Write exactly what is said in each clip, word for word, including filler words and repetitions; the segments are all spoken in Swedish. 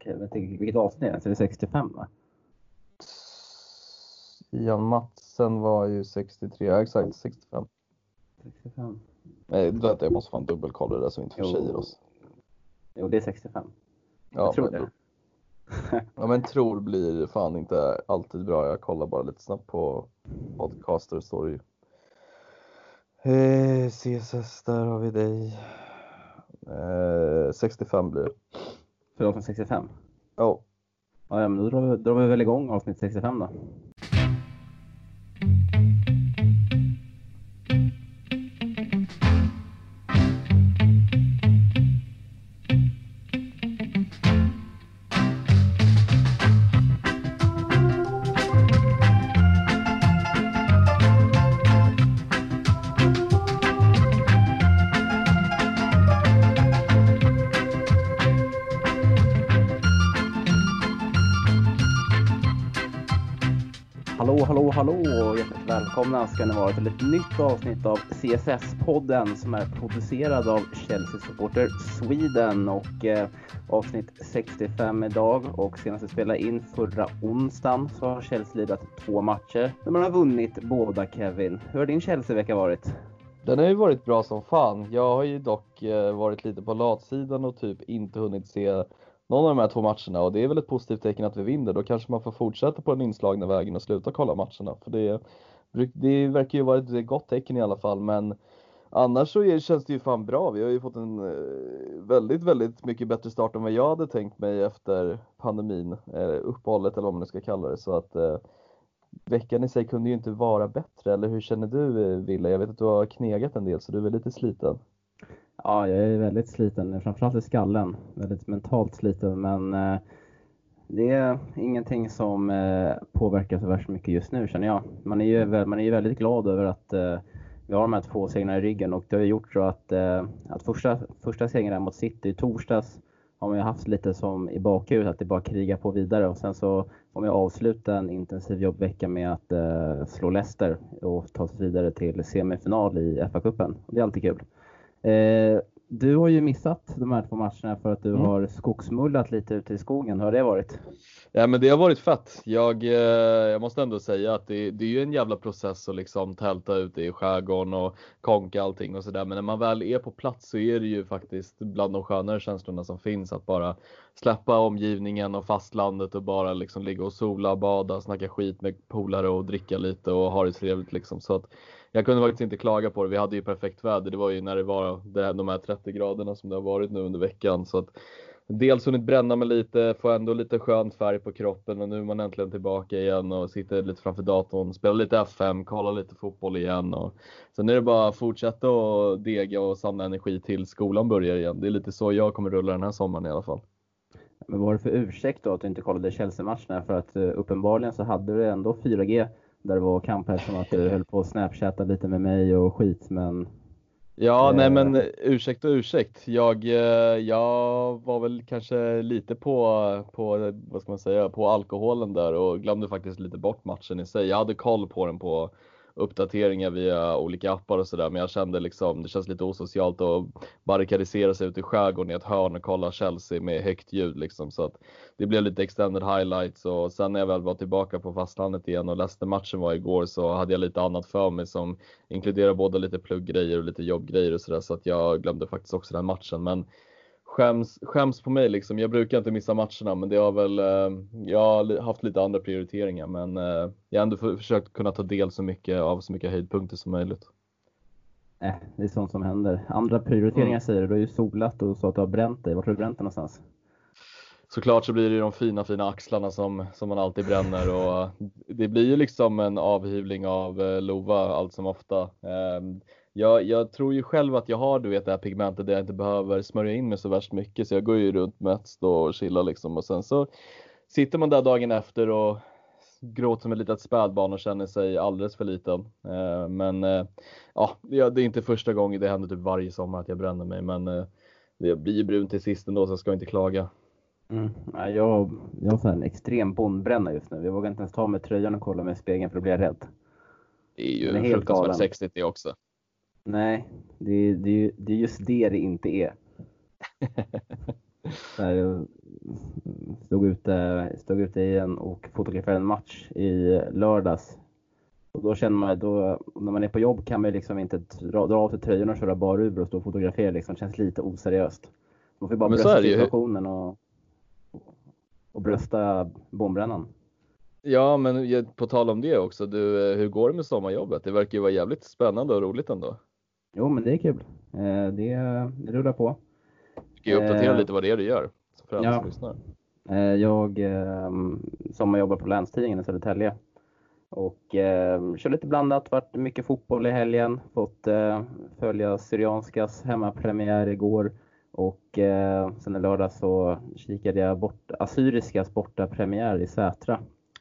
Okej, vet inte vilket avsnitt är det? Så det är sextiofem, va? Ian Matsen var ju sextiotre, ja, exakt sextiofem. sextiofem. Nej, vänta, jag måste fan dubbelkolla det där så vi inte Jo. försäger oss. Jo, det är sextiofem. Ja, Jag tror men, det. Ja, men tror blir fan inte alltid bra. Jag kollar bara lite snabbt på podcaster, står det ju. Eh, C S S, där har vi dig. Eh, sextiofem blir det. För avsnitt sextiofem? Ja. Ja, men då drar vi, drar vi väl igång avsnitt sextiofem då. Hallå, hallå, hallå och hjärtligt välkomna ska ni vara till ett nytt avsnitt av C S S-podden som är producerad av Chelsea Supporter Sweden och eh, avsnitt sextiofem idag. Och senast vi spelade in förra onsdagen så har Chelsea lidat två matcher där man har vunnit båda. Kevin, hur har din Chelsea-vecka varit? Den har ju varit bra som fan. Jag har ju dock eh, varit lite på latsidan och typ inte hunnit se någon av de här två matcherna, och det är väl ett positivt tecken att vi vinner. Då kanske man får fortsätta på den inslagna vägen och sluta kolla matcherna. För det, det verkar ju vara ett gott tecken i alla fall. Men annars så är, känns det ju fan bra. Vi har ju fått en eh, väldigt, väldigt mycket bättre start än vad jag hade tänkt mig efter pandemin. Eh, uppehållet eller vad man nu ska kalla det. Så att eh, veckan i sig kunde ju inte vara bättre. Eller hur känner du, Wille? Jag vet att du har knegat en del så du är väl lite sliten. Ja, jag är väldigt sliten, framförallt i skallen. Väldigt mentalt sliten, men eh, det är ingenting som eh, påverkar så värst mycket just nu, känner jag. Man är ju, vä- man är ju väldigt glad över att eh, vi har de här två segrarna i ryggen, och det har gjort så att, eh, att första, första segern mot City i torsdags har man ju haft lite som i bakhuvudet att det bara krigar på vidare, och sen så får man ju avsluta en intensiv jobbvecka med att eh, slå Leicester och ta sig vidare till semifinal i F A-cupen. Det är alltid kul. Eh, du har ju missat de här två matcherna för att du Mm. har skogsmullat lite ute i skogen. Hur har det varit? Ja, men det har varit fett. Jag, eh, jag måste ändå säga att det, det är ju en jävla process att liksom tälta ute i skärgården och konka allting och sådär. Men när man väl är på plats så är det ju faktiskt bland de skönare känslorna som finns att bara släppa omgivningen och fastlandet och bara liksom ligga och sola, bada, snacka skit med polare och dricka lite och ha det trevligt liksom. Så att jag kunde faktiskt inte klaga på det. Vi hade ju perfekt väder. Det var ju när det var det, de här trettio graderna som det har varit nu under veckan. Så att dels hunnit bränna mig lite, få ändå lite skön färg på kroppen, och nu är man äntligen tillbaka igen och sitter lite framför datorn, spelar lite F M, kollar lite fotboll igen, och sen är det bara att fortsätta och dega och samla energi till skolan börjar igen. Det är lite så jag kommer rulla den här sommaren i alla fall. Men vad var det för ursäkt då att du inte kollade Chelsea-matcherna? För att uh, uppenbarligen så hade du ändå fyra G där det var kamper som att du höll på att snapchatta lite med mig och skit, men... Ja, eh... nej men ursäkt och ursäkt. Jag, eh, jag var väl kanske lite på, på, vad ska man säga, på alkoholen där och glömde faktiskt lite bort matchen i sig. Jag hade koll på den på uppdateringar via olika appar och sådär, men jag kände liksom, det känns lite osocialt att barrikadisera sig ut i skärgården i ett hörn och kolla Chelsea med högt ljud liksom. Så att det blev lite extended highlights, och sen när jag väl var tillbaka på fastlandet igen och läste matchen var igår, så hade jag lite annat för mig som inkluderar både lite plugggrejer och lite jobbgrejer och sådär, så att jag glömde faktiskt också den matchen. Men skäms, skäms på mig liksom. Jag brukar inte missa matcherna, men det har väl, eh, jag har haft lite andra prioriteringar, men eh, jag har ändå för, försökt kunna ta del så mycket av så mycket höjdpunkter som möjligt. Eh, det är sånt som händer. Andra prioriteringar Mm. säger du. Du har ju solat och så att du har bränt dig. Vart har du bränt dig någonstans? Såklart så blir det ju de fina fina axlarna som, som man alltid bränner, och det blir ju liksom en avhyvling av eh, Lova allt som ofta. Eh, jag, jag tror ju själv att jag har, du vet, det här pigmentet där jag inte behöver smörja in mig så värst mycket, så jag går ju runt med ett och chillar liksom, och sen så sitter man där dagen efter och gråter som ett litet spädbarn och känner sig alldeles för liten. Eh, men eh, ja, det är inte första gången, det händer typ varje sommar att jag bränner mig, men eh, det blir ju brunt till sist ändå, så jag ska inte klaga. Mm. Ja, jag, jag har så här en extrem bondbränna just nu. Jag vågar inte ens ta med tröjan och kolla mig i spegeln för att bli rädd. Det är ju Den är helt fruktansvärt galen. sexigt det också. Nej, det, det, det är just det det inte är. Så här, stod ute, stod ute i en och fotograferade en match i lördags. Och då känner man, då, när man är på jobb kan man liksom inte dra, dra av sig tröjan och köra bara ur och stå och fotografera. Liksom. Det känns lite oseriöst. Man får bara Men så brösta är det ju. situationen och, och brösta bombrännan. Ja, men ju- på tal om det också, du, eh, hur går det med sommarjobbet? Det verkar ju vara jävligt spännande och roligt ändå. Jo, men det är kul. Eh, det, det rullar på. Ska jag uppdatera Eh, lite vad det är du gör? Så för alla ja. som lyssnar. Eh, jag eh, sommarjobbar på Länstidningen i Södertälje. Och eh, kör lite blandat, varit mycket fotboll i helgen, fått eh, följa Syrianskas hemmapremiär igår och eh, sen i lördag så kikade jag bort Assyriskas bortapremiär i Sätra.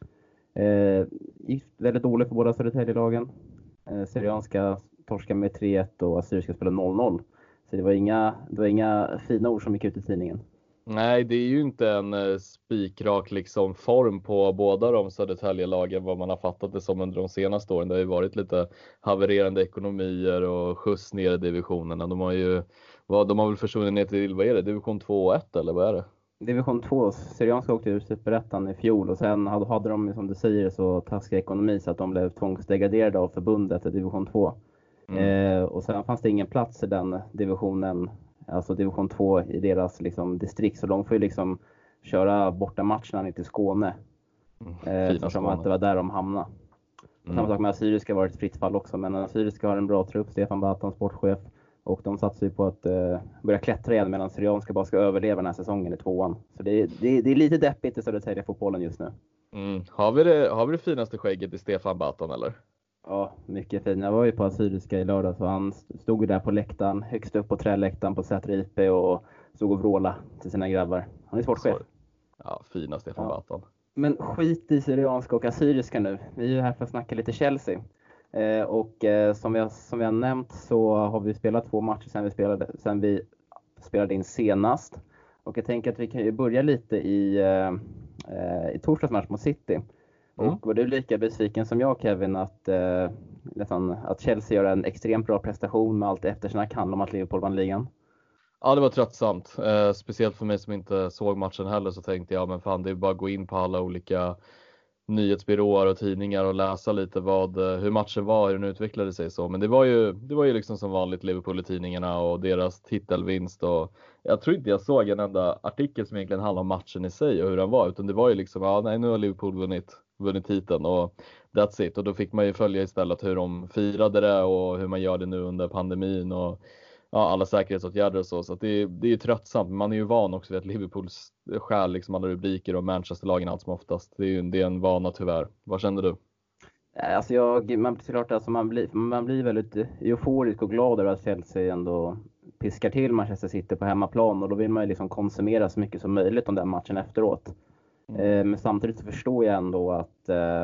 Eh, gick väldigt dåligt för båda Södertäljelagen. Eh, Syrianska torska med tre ett och Assyriska spelade noll noll. Så det var inga, det var inga fina ord som gick ut i tidningen. Nej, det är ju inte en eh, spikrak liksom form på båda de Södertäljelagen vad man har fattat det som under de senaste åren. Det har ju varit lite havererande ekonomier och skjuts ner i divisionerna. De har ju vad, de har väl försvunnit ner till, vad är det, division två och ett eller vad är det? Division två, Syrianska åkte ur Superettan i fjol och sen hade, hade de, som du säger, så taskig ekonomi så att de blev tvångsdegraderade av förbundet till division två. Mm. Eh, och sen fanns det ingen plats i den divisionen, alltså division två i deras liksom, distrikt, så de får ju liksom köra borta matcherna ner till Skåne. Mm. Eh, Fina som Skåne. att det var där de hamnade. Mm. Samma sak med Assyriska var ett fritt fall också, men Assyriska har en bra trupp, Stefan Batan, sportchef. Och de satsar ju på att uh, börja klättra igen medan Syrianska bara ska överleva den här säsongen i tvåan. Så det är, det är, det är lite deppigt i Södertälje fotbollen just nu. Mm. Har, vi det, har vi det finaste skägget i Stefan Batan eller? Ja, mycket fint. Jag var ju på Assyriska i lördag så han stod ju där på läktaren, högst upp på träläktaren på Sätra I P och stod och vråla till sina grabbar. Han är sportchef. Så, ja, fina Stefan Ja. Batan. Men skit i Syrianska och Assyriska nu. Vi är ju här för att snacka lite Chelsea. Eh, och eh, som, vi har, som vi har nämnt så har vi spelat två matcher sedan vi spelade, sedan vi spelade in senast. Och jag tänker att vi kan ju börja lite i, eh, i torsdags match mot City. Mm. Och var du lika besviken som jag, Kevin, att, eh, nästan, att Chelsea gör en extremt bra prestation med allt eftersnack handlar om att Liverpool vann ligan? Ja, det var tröttsamt. Eh, speciellt för mig som inte såg matchen heller så tänkte jag, men fan det är bara att gå in på alla olika nyhetsbyråer och tidningar och läsa lite vad, hur matchen var, hur den utvecklade sig så. Men det var ju, det var ju liksom som vanligt Liverpool i tidningarna och deras titelvinst och jag tror inte jag såg en enda artikel som egentligen handlade om matchen i sig och hur den var, utan det var ju liksom, ja nej nu har Liverpool vunnit, vunnit titeln och that's it. Och då fick man ju följa istället hur de firade det och hur man gör det nu under pandemin och ja, alla säkerhetsåtgärder och så. Så att det, det är ju tröttsamt. Men man är ju van också vid att Liverpool stjäl liksom alla rubriker och Manchesterlagen allt som oftast. Det är ju det är en vana tyvärr. Vad kände du? Alltså jag, man, såklart, alltså man, blir, man blir väldigt euforisk och glad över att Chelsea ändå piskar till Manchester City på hemmaplan. Och då vill man ju liksom konsumera så mycket som möjligt om den matchen efteråt. Mm. Eh, men samtidigt så förstår jag ändå att eh,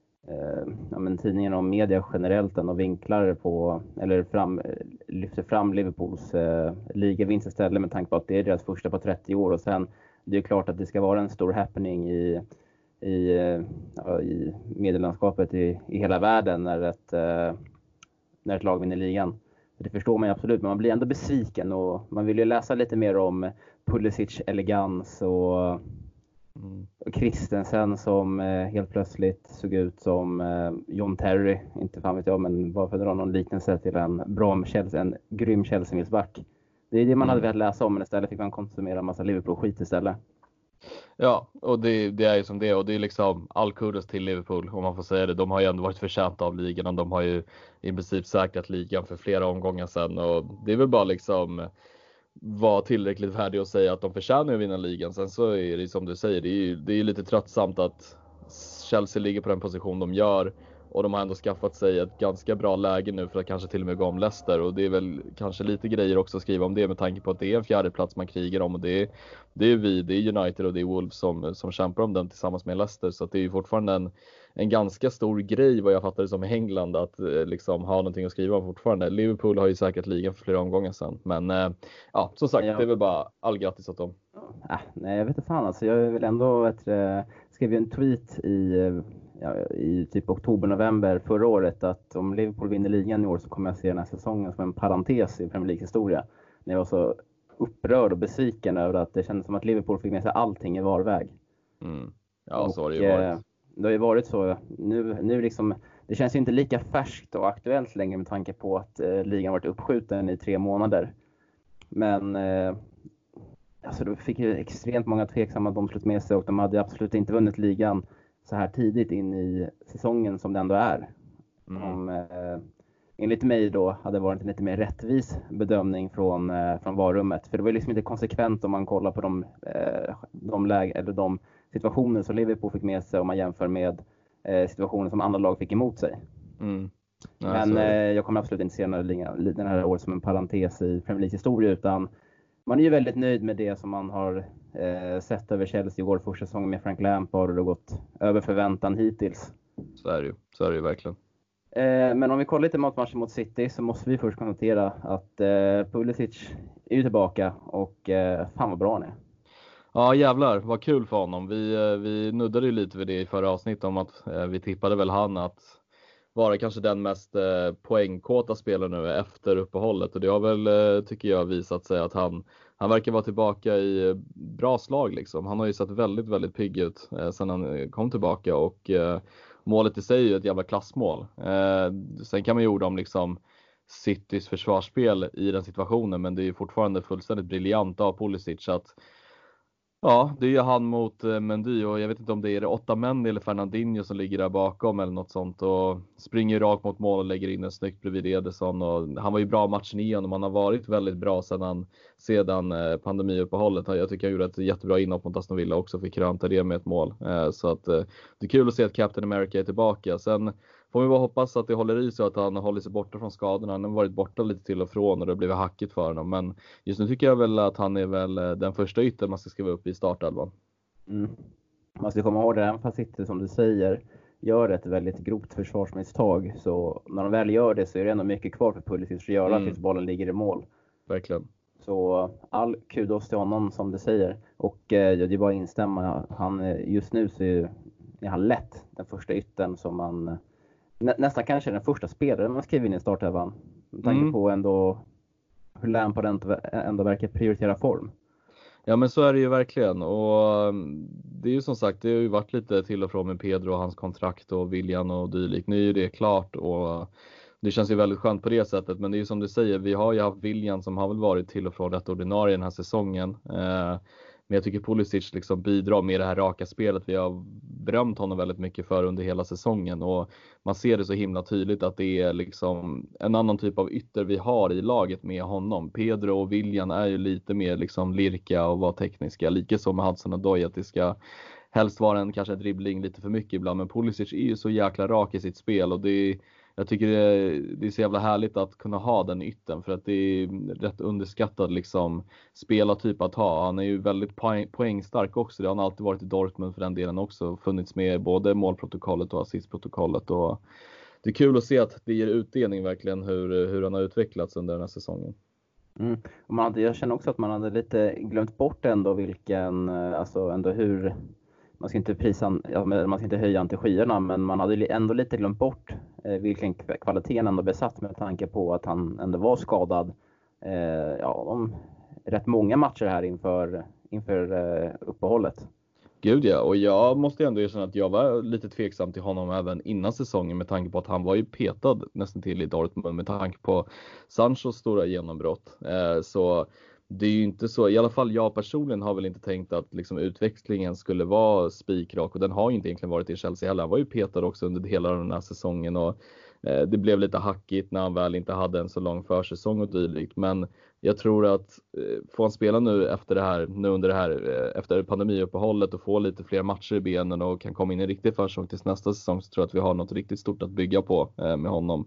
eh, ja, men tidningarna och media generellt ändå vinklar på, eller fram, lyfter fram Liverpools eh, ligavinst istället med tanke på att det är deras första på trettio år. Och sen det är ju klart att det ska vara en stor happening i i, ja, i medielandskapet i, i hela världen när ett, eh, när ett lag vinner ligan. Det förstår man ju absolut, men man blir ändå besviken och man vill ju läsa lite mer om Pulisic elegans och, Mm. och Christensen som eh, helt plötsligt såg ut som eh, John Terry, inte fan vet jag, men bara för att dra någon liknelse till en bra Chelsea, en grym Chelsea-mittback. Det är det man Mm. hade velat läsa om, men istället fick man konsumera en massa Liverpool-skit istället. Ja, och det, det är ju som det är och det är liksom all kudos till Liverpool om man får säga det. De har ju ändå varit förtjänta av ligan och de har ju i princip säkrat ligan för flera omgångar sedan och det är väl bara liksom vara tillräckligt värdig att säga att de förtjänar att vinna ligan. Sen så är det som du säger, det är ju det är lite tröttsamt att Chelsea ligger på den position de gör och de har ändå skaffat sig ett ganska bra läge nu för att kanske till och med gå om Leicester och det är väl kanske lite grejer också att skriva om det med tanke på att det är en fjärde plats man krigar om och det är, det är vi, det är United och det är Wolves som, som kämpar om den tillsammans med Leicester så att det är ju fortfarande en, en ganska stor grej vad jag fattar det som i England att eh, liksom ha någonting att skriva om fortfarande. Liverpool har ju säkrat ligan för flera omgångar sedan men eh, ja som sagt Ja. det är väl bara all grattis åt dem. Äh, nej, jag vet inte fan alltså. Jag vill ändå vet, äh, skrev en tweet i, ja, i typ oktober-november förra året att om Liverpool vinner ligan i år så kommer jag se den här säsongen som en parentes i Premier Leagues historia. När jag var så upprörd och besviken över att det kändes som att Liverpool fick med sig allting i varväg. Mm. Ja, Och, så har det ju varit. Eh, det har ju varit så. Nu, nu liksom, det känns ju inte lika färskt och aktuellt längre med tanke på att eh, ligan varit uppskjuten i tre månader. Men eh, alltså de fick ju extremt många tveksamma domslut med sig och de hade absolut inte vunnit ligan så här tidigt in i säsongen som det ändå är. Mm. Om, eh, enligt mig då hade det varit en lite mer rättvis bedömning från, eh, från varummet. För det var liksom inte konsekvent om man kollar på de, eh, de, läge, eller de situationer som Liverpool fick med sig om man jämför med eh, situationer som andra lag fick emot sig. Mm. Nej, Men eh, jag kommer absolut inte se den här, ligan, den här året som en parentes i Premier Leagues historia, utan man är ju väldigt nöjd med det som man har eh, sett över Chelsea i vår första säsong med Frank Lampard, och det har gått över förväntan hittills. Så är det ju, så är det ju verkligen. Eh, men om vi kollar lite mot matchen mot City så måste vi först konstatera att eh, Pulisic är ju tillbaka och eh, fan vad bra han är. Ja jävlar, vad kul för honom. Vi, eh, vi nuddade ju lite vid det i förra avsnittet om att eh, vi tippade väl han att vara kanske den mest eh, poängkåta spelaren nu efter uppehållet. Och det har väl, eh, tycker jag, visat sig att han, han verkar vara tillbaka i eh, bra slag liksom. Han har ju sett väldigt, väldigt pigg ut eh, sedan han kom tillbaka, och eh, målet i sig är ju ett jävla klassmål. Eh, sen kan man ju orda om liksom Citys försvarsspel i den situationen, men det är ju fortfarande fullständigt briljant av Pulisic att ja, det är ju han mot eh, Mendy, och jag vet inte om det är det Otamendi eller Fernandinho som ligger där bakom eller något sånt, och springer rakt mot mål och lägger in en snyggt bredvid Ederson. Och han var ju bra matchen igen, och man har varit väldigt bra sedan, sedan eh, pandemiuppehållet. Jag tycker han gjorde ett jättebra inhopp mot Aston Villa också, fick krönta det med ett mål. Eh, så att eh, det är kul att se att Captain America är tillbaka. Sen får vi bara hoppas att det håller i sig, att han håller sig borta från skadorna. Han har varit borta lite till och från och det blev hackigt för honom. Men just nu tycker jag väl att han är väl den första ytter man ska skriva upp i startelvan. Mm. Man ska komma ihåg det, även fast City som du säger gör ett väldigt grovt försvarsmisstag, så när de väl gör det så är det ändå mycket kvar för Pulisic att göra mm. tills bollen ligger i mål. Verkligen. Så all kudos till honom som du säger. Och eh, det är bara att instämma. Han, just nu så är, är han lätt den första yttern som man nä, nästan kanske den första spelaren man skriver in i startelvan. Med tanke mm. på ändå hur Lampard ändå, ändå verkar prioritera form. Ja men så är det ju verkligen, och det är ju som sagt, det har ju varit lite till och från med Pedro och hans kontrakt och Willian och dylikt. Nu är ju det klart och det känns ju väldigt skönt på det sättet, men det är ju som du säger, vi har ju haft Willian som har väl varit till och från rätt ordinarie den här säsongen. Eh, men jag tycker Pulisic liksom bidrar med det här raka spelet. Vi har berömt honom väldigt mycket för under hela säsongen, och man ser det så himla tydligt att det är liksom en annan typ av ytter vi har i laget med honom. Pedro och Willian är ju lite mer liksom lirka och vara tekniska, lika som med Hudson och Doy, att det ska helst vara en kanske dribbling lite för mycket ibland, men Pulisic är ju så jäkla rak i sitt spel, och det är, jag tycker det är, det är så jävla härligt att kunna ha den ytten, för att det är rätt underskattad liksom spelartyp att ha. Han är ju väldigt poäng, poängstark också. Det har han alltid varit i Dortmund för den delen också. Funnits med både målprotokollet och assistprotokollet, och det är kul att se att det ger utdelning verkligen hur, hur han har utvecklats under den här säsongen. Mm. Och man hade, jag känner också att man hade lite glömt bort ändå vilken, alltså ändå hur, man ska inte prisa, ja, man ska inte höja han till skyarna, men man hade ändå lite glömt bort eh, vilken kvalitet han ändå besatt, med tanke på att han ändå var skadad eh, ja, om rätt många matcher här inför, inför eh, uppehållet. Gud ja, och jag måste ändå erkänna att jag var lite tveksam till honom även innan säsongen, med tanke på att han var ju petad nästan till i Dortmund med tanke på Sanchos stora genombrott. Eh, så det är ju inte så, i alla fall jag personligen har väl inte tänkt att liksom utväxlingen skulle vara spikrak, och den har ju inte egentligen varit i Chelsea heller. Han var ju petad också under hela den här säsongen, och eh, det blev lite hackigt när han väl inte hade en så lång försäsong och dylikt. Men jag tror att eh, får han spela nu efter det här, nu under det här, eh, efter pandemiuppehållet och få lite fler matcher i benen och kan komma in i en riktig försäsong tills nästa säsong, så tror jag att vi har något riktigt stort att bygga på eh, med honom.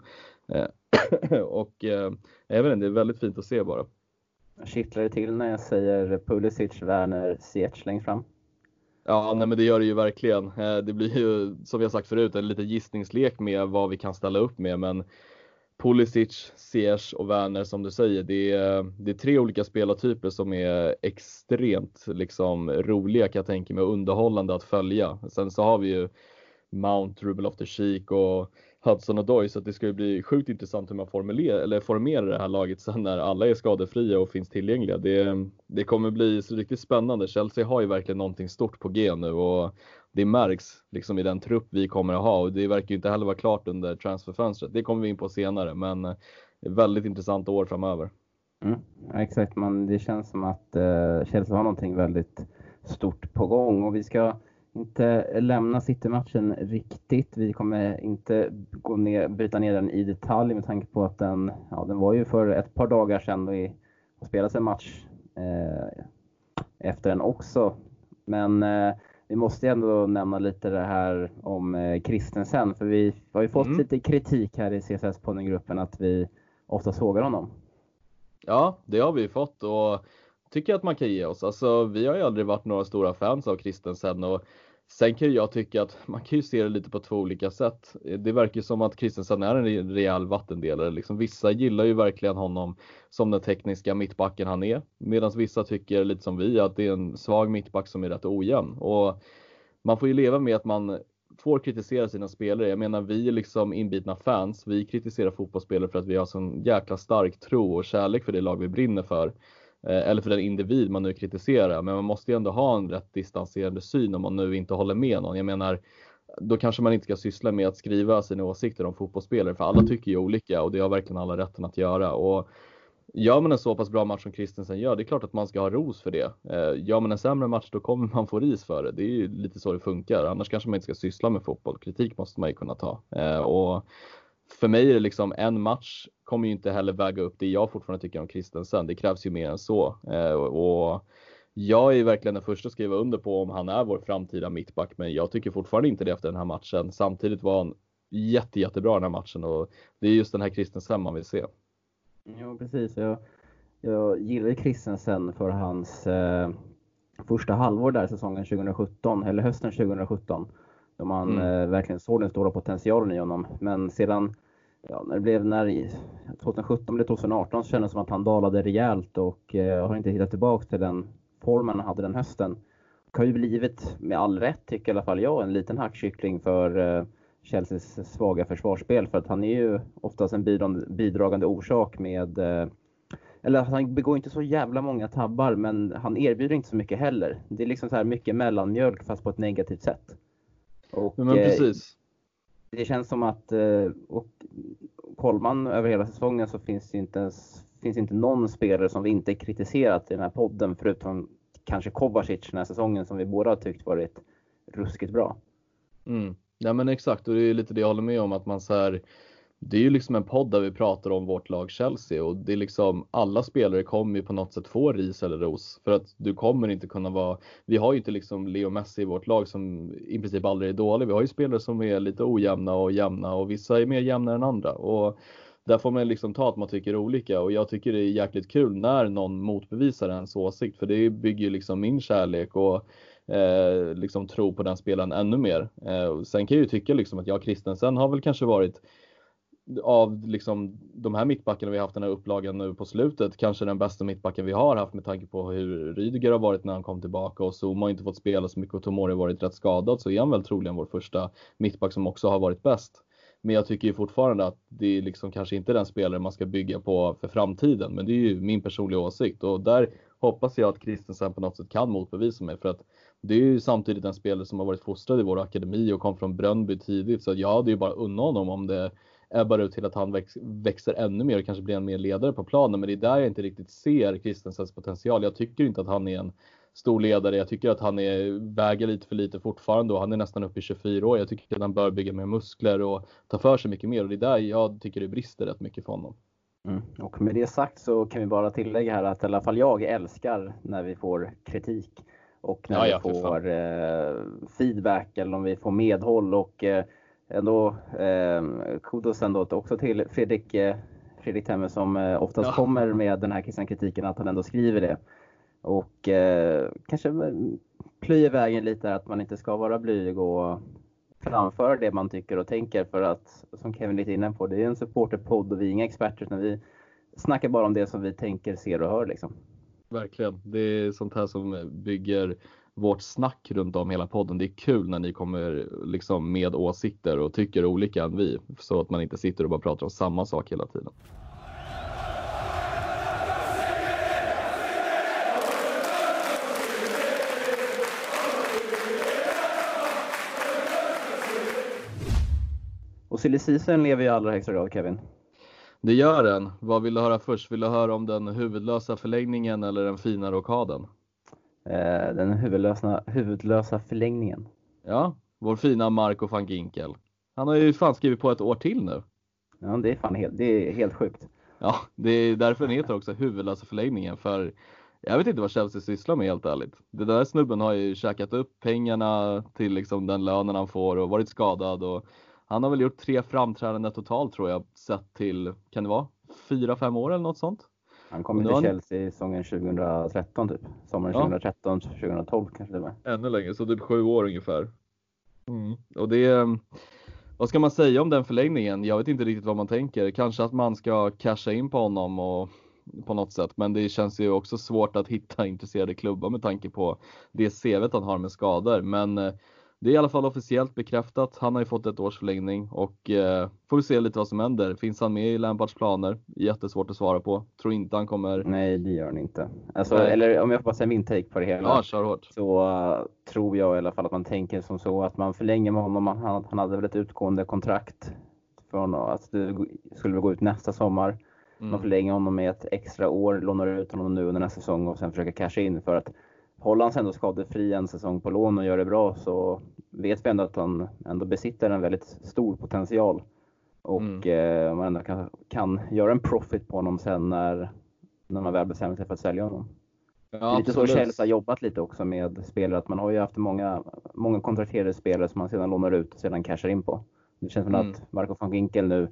Eh, och eh, även det är väldigt fint att se bara. Kittlar det till när jag säger Pulisic, Werner, Ziyech längst fram? Ja, nej, men det gör det ju verkligen. Det blir ju, som jag sagt förut, en liten gissningslek med vad vi kan ställa upp med. Men Pulisic, Ziyech och Werner, som du säger, det är, det är tre olika spelartyper som är extremt liksom roliga, kan jag tänka mig, och underhållande att följa. Sen så har vi ju Mount, Ruben Loftus-Cheek och Hudson och Doy, så att det ska ju bli sjukt intressant hur man formulerar eller formerar det här laget sen när alla är skadefria och finns tillgängliga. Det, det kommer bli så riktigt spännande. Chelsea har ju verkligen någonting stort på G nu och det märks liksom i den trupp vi kommer att ha, och det verkar ju inte heller vara klart under transferfönstret. Det kommer vi in på senare, men väldigt intressant år framöver. Mm, ja, exakt, man, det känns som att uh, Chelsea har någonting väldigt stort på gång, och vi ska inte lämna City-matchen riktigt. Vi kommer inte gå ner, bryta ner den i detalj med tanke på att den, ja, den var ju för ett par dagar sedan och vi spelade en match eh, efter den också. Men eh, vi måste ändå nämna lite det här om eh, Christensen, för vi har ju fått mm. lite kritik här i C S S-poddengruppen att vi ofta sågar honom. Ja, det har vi fått och tycker att man kan ge oss. Alltså, vi har ju aldrig varit några stora fans av Christensen, och sen kan jag tycka att man kan ju se det lite på två olika sätt. Det verkar ju som att Christensen är en rejäl vattendelare. Liksom, vissa gillar ju verkligen honom som den tekniska mittbacken han är, medan vissa tycker lite som vi att det är en svag mittback som är rätt ojämn. Och man får ju leva med att man får kritisera sina spelare. Jag menar, vi är liksom inbitna fans. Vi kritiserar fotbollsspelare för att vi har sån jäkla stark tro och kärlek för det lag vi brinner för. Eller för den individ man nu kritiserar. Men man måste ju ändå ha en rätt distanserande syn om man nu inte håller med någon. Jag menar, då kanske man inte ska syssla med att skriva sina åsikter om fotbollsspelare. För alla tycker ju olika, och det har verkligen alla rätten att göra. Och gör man en så pass bra match som Christensen gör, det är klart att man ska ha ros för det. Gör man en sämre match, då kommer man få ris för det. Det är ju lite så det funkar. Annars kanske man inte ska syssla med fotboll. Kritik måste man ju kunna ta. Och för mig är det liksom, en match kommer ju inte heller väga upp det jag fortfarande tycker om Christensen. Det krävs ju mer än så. Och jag är verkligen den första att skriva under på om han är vår framtida mittback. Men jag tycker fortfarande inte det efter den här matchen. Samtidigt var han jätte, jättebra den här matchen. Och det är just den här Christensen man vill se. Jo, precis. Jag, jag gillar Christensen för hans eh, första halvår där säsongen tjugohundrasjutton, eller hösten tjugohundrasjutton. Då man mm. eh, verkligen såg den stora potentialen i honom. Men sedan, ja, när det blev när tjugosjutton blev tjugoarton, så kändes det som att han dalade rejält och eh, har inte hittat tillbaka till den formen han hade den hösten. Det har ju blivit, med all rätt tycker i alla fall jag, en liten hackkyckling för eh, Chelseas svaga försvarsspel, för att han är ju oftast en bidragande, bidragande orsak med eh, eller han begår inte så jävla många tabbar, men han erbjuder inte så mycket heller. Det är liksom så här mycket mellanmjölk fast på ett negativt sätt. Och, men precis. Eh, det känns som att eh, och kollar man över hela säsongen så finns det inte ens, finns inte någon spelare som vi inte kritiserat i den här podden, förutom kanske Kovacic den här säsongen, som vi båda har tyckt varit ruskigt bra. Mm. Ja, men exakt, och det är lite det jag håller med om, att man så här, det är ju liksom en podd där vi pratar om vårt lag Chelsea, och det är liksom, alla spelare kommer ju på något sätt få ris eller ros, för att du kommer inte kunna vara, vi har ju inte liksom Leo Messi i vårt lag som i princip aldrig är dålig. Vi har ju spelare som är lite ojämna och jämna, och vissa är mer jämna än andra, och där får man liksom ta att man tycker olika. Och jag tycker det är jäkligt kul när någon motbevisar ens åsikt, för det bygger ju liksom min kärlek och Eh, liksom tro på den spelaren ännu mer. Eh, sen kan jag ju tycka liksom att jag Christensen har väl kanske varit av liksom de här mittbackarna vi har haft den här upplagan nu på slutet, kanske den bästa mittbacken vi har haft, med tanke på hur Rydiger har varit när han kom tillbaka, och Zuma har inte fått spela så mycket och Tomori har varit rätt skadad, så är han väl troligen vår första mittback som också har varit bäst. Men jag tycker ju fortfarande att det är liksom kanske inte den spelare man ska bygga på för framtiden, men det är ju min personliga åsikt, och där hoppas jag att Christensen på något sätt kan motbevisa mig, för att det är ju samtidigt en spelare som har varit fostrad i vår akademi och kom från Brönnby tidigt, så ja, det är ju bara unna honom om det är bara ut till att han väx, växer ännu mer och kanske blir en mer ledare på planen. Men det är där jag inte riktigt ser Christensens potential. Jag tycker inte att han är en stor ledare. Jag tycker att han är, väger lite för lite fortfarande, och han är nästan uppe i tjugofyra år. Jag tycker att han bör bygga mer muskler och ta för sig mycket mer, och det är där jag tycker det brister rätt mycket för honom. Mm. Och med det sagt så kan vi bara tillägga här att i alla fall jag älskar när vi får kritik och när ja, ja, vi får eh, feedback, eller om vi får medhåll, och eh, ändå eh, kudos ändå också till Fredrik eh, Fredrik Temme, som eh, oftast ja. kommer med den här kritiken, att han ändå skriver det. Och eh, kanske plöjer vägen lite, att man inte ska vara blyg och framföra det man tycker och tänker, för att, som Kevin lite inne på, det är en supporterpodd och vi är inga experter, utan vi snackar bara om det som vi tänker, ser och hör liksom. Verkligen, det är sånt här som bygger vårt snack runt om hela podden. Det är kul när ni kommer liksom med åsikter och tycker olika än vi. Så att man inte sitter och bara pratar om samma sak hela tiden. Och silly season lever i allra högsta grad, Kevin. Det gör den. Vad vill du höra först? Vill du höra om den huvudlösa förlängningen eller den fina rockaden? Eh, den huvudlösa, huvudlösa förlängningen. Ja, vår fina Marco van Ginkel. Han har ju fan skrivit på ett år till nu. Ja, det är fan helt, det är helt sjukt. Ja, det är därför den heter också huvudlösa förlängningen. För jag vet inte vad Chelsea sysslar med helt ärligt. Det där snubben har ju käkat upp pengarna till liksom den lönen han får och varit skadad. Och han har väl gjort tre framträdanden totalt tror jag. Sett till, kan det vara, fyra, fem år eller något sånt? Han kom till Chelsea i säsongen tjugohundratretton typ. Sommaren ja. tjugohundratretton, tjugohundratolv kanske det var. Ännu längre, så typ sju år ungefär. Mm. Och det, vad ska man säga om den förlängningen? Jag vet inte riktigt vad man tänker. Kanske att man ska casha in på honom och på något sätt. Men det känns ju också svårt att hitta intresserade klubbar med tanke på det C V:t han har med skador. Men det är i alla fall officiellt bekräftat. Han har ju fått ett års förlängning och eh, får vi se lite vad som händer. Finns han med i Lampards planer? Jättesvårt att svara på. Tror inte han kommer... Nej, det gör han inte. Alltså, eller om jag får bara säga min take på det hela. Ja, kör hårt. Så uh, tror jag i alla fall att man tänker som så att man förlänger med honom. Han, han hade väl ett utgående kontrakt från att det skulle gå ut nästa sommar. Mm. Man förlänger honom med ett extra år, lånar ut honom nu under nästa säsong och sen försöker casha in för att håller han sig ändå skadefri en säsong på lån och gör det bra så vet vi ändå att han ändå besitter en väldigt stor potential. Och mm. eh, man ändå kan, kan göra en profit på honom sen när, när man väl bestämmer sig för att sälja honom. Ja, det är lite absolut. Så Chelsea har jobbat lite också med spelare. Att man har ju haft många, många kontrakterade spelare som man sedan lånar ut och sedan cashar in på. Det känns som mm. att Marco van Ginkel nu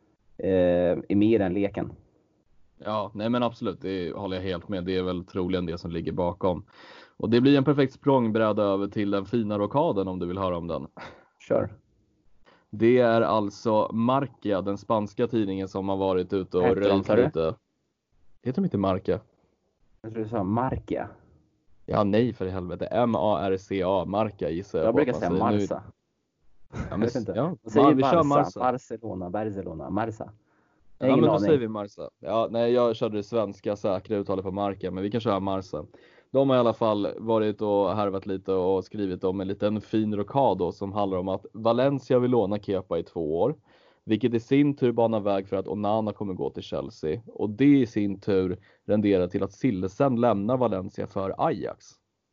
eh, är med i den leken. Ja, nej men absolut, det håller jag helt med. Det är väl troligen det som ligger bakom. Och det blir en perfekt språngbräda över till den fina rockaden om du vill höra om den. Kör. Det är alltså Marca, den spanska tidningen som har varit ute och röjt lite. Heter de inte Marca? Jag tror du sa Marca. Ja, nej för i helvete. M A R C A, Marca gissar jag. Jag brukar säga Marsa. Ja, men, jag vet inte. Ja, säger vi Barca, kör Marsa. Barcelona, Barcelona, Marsa. Ja, men då aning. säger vi Marsa. Ja, nej, jag körde det svenska säkra uttalet på Marca, men vi kan köra Marsa. De har i alla fall varit och härvat lite och skrivit om en liten fin rockad som handlar om att Valencia vill låna Kepa i två år. Vilket i sin tur banar väg för att Onana kommer gå till Chelsea. Och det i sin tur renderar till att Sillesen lämnar Valencia för Ajax.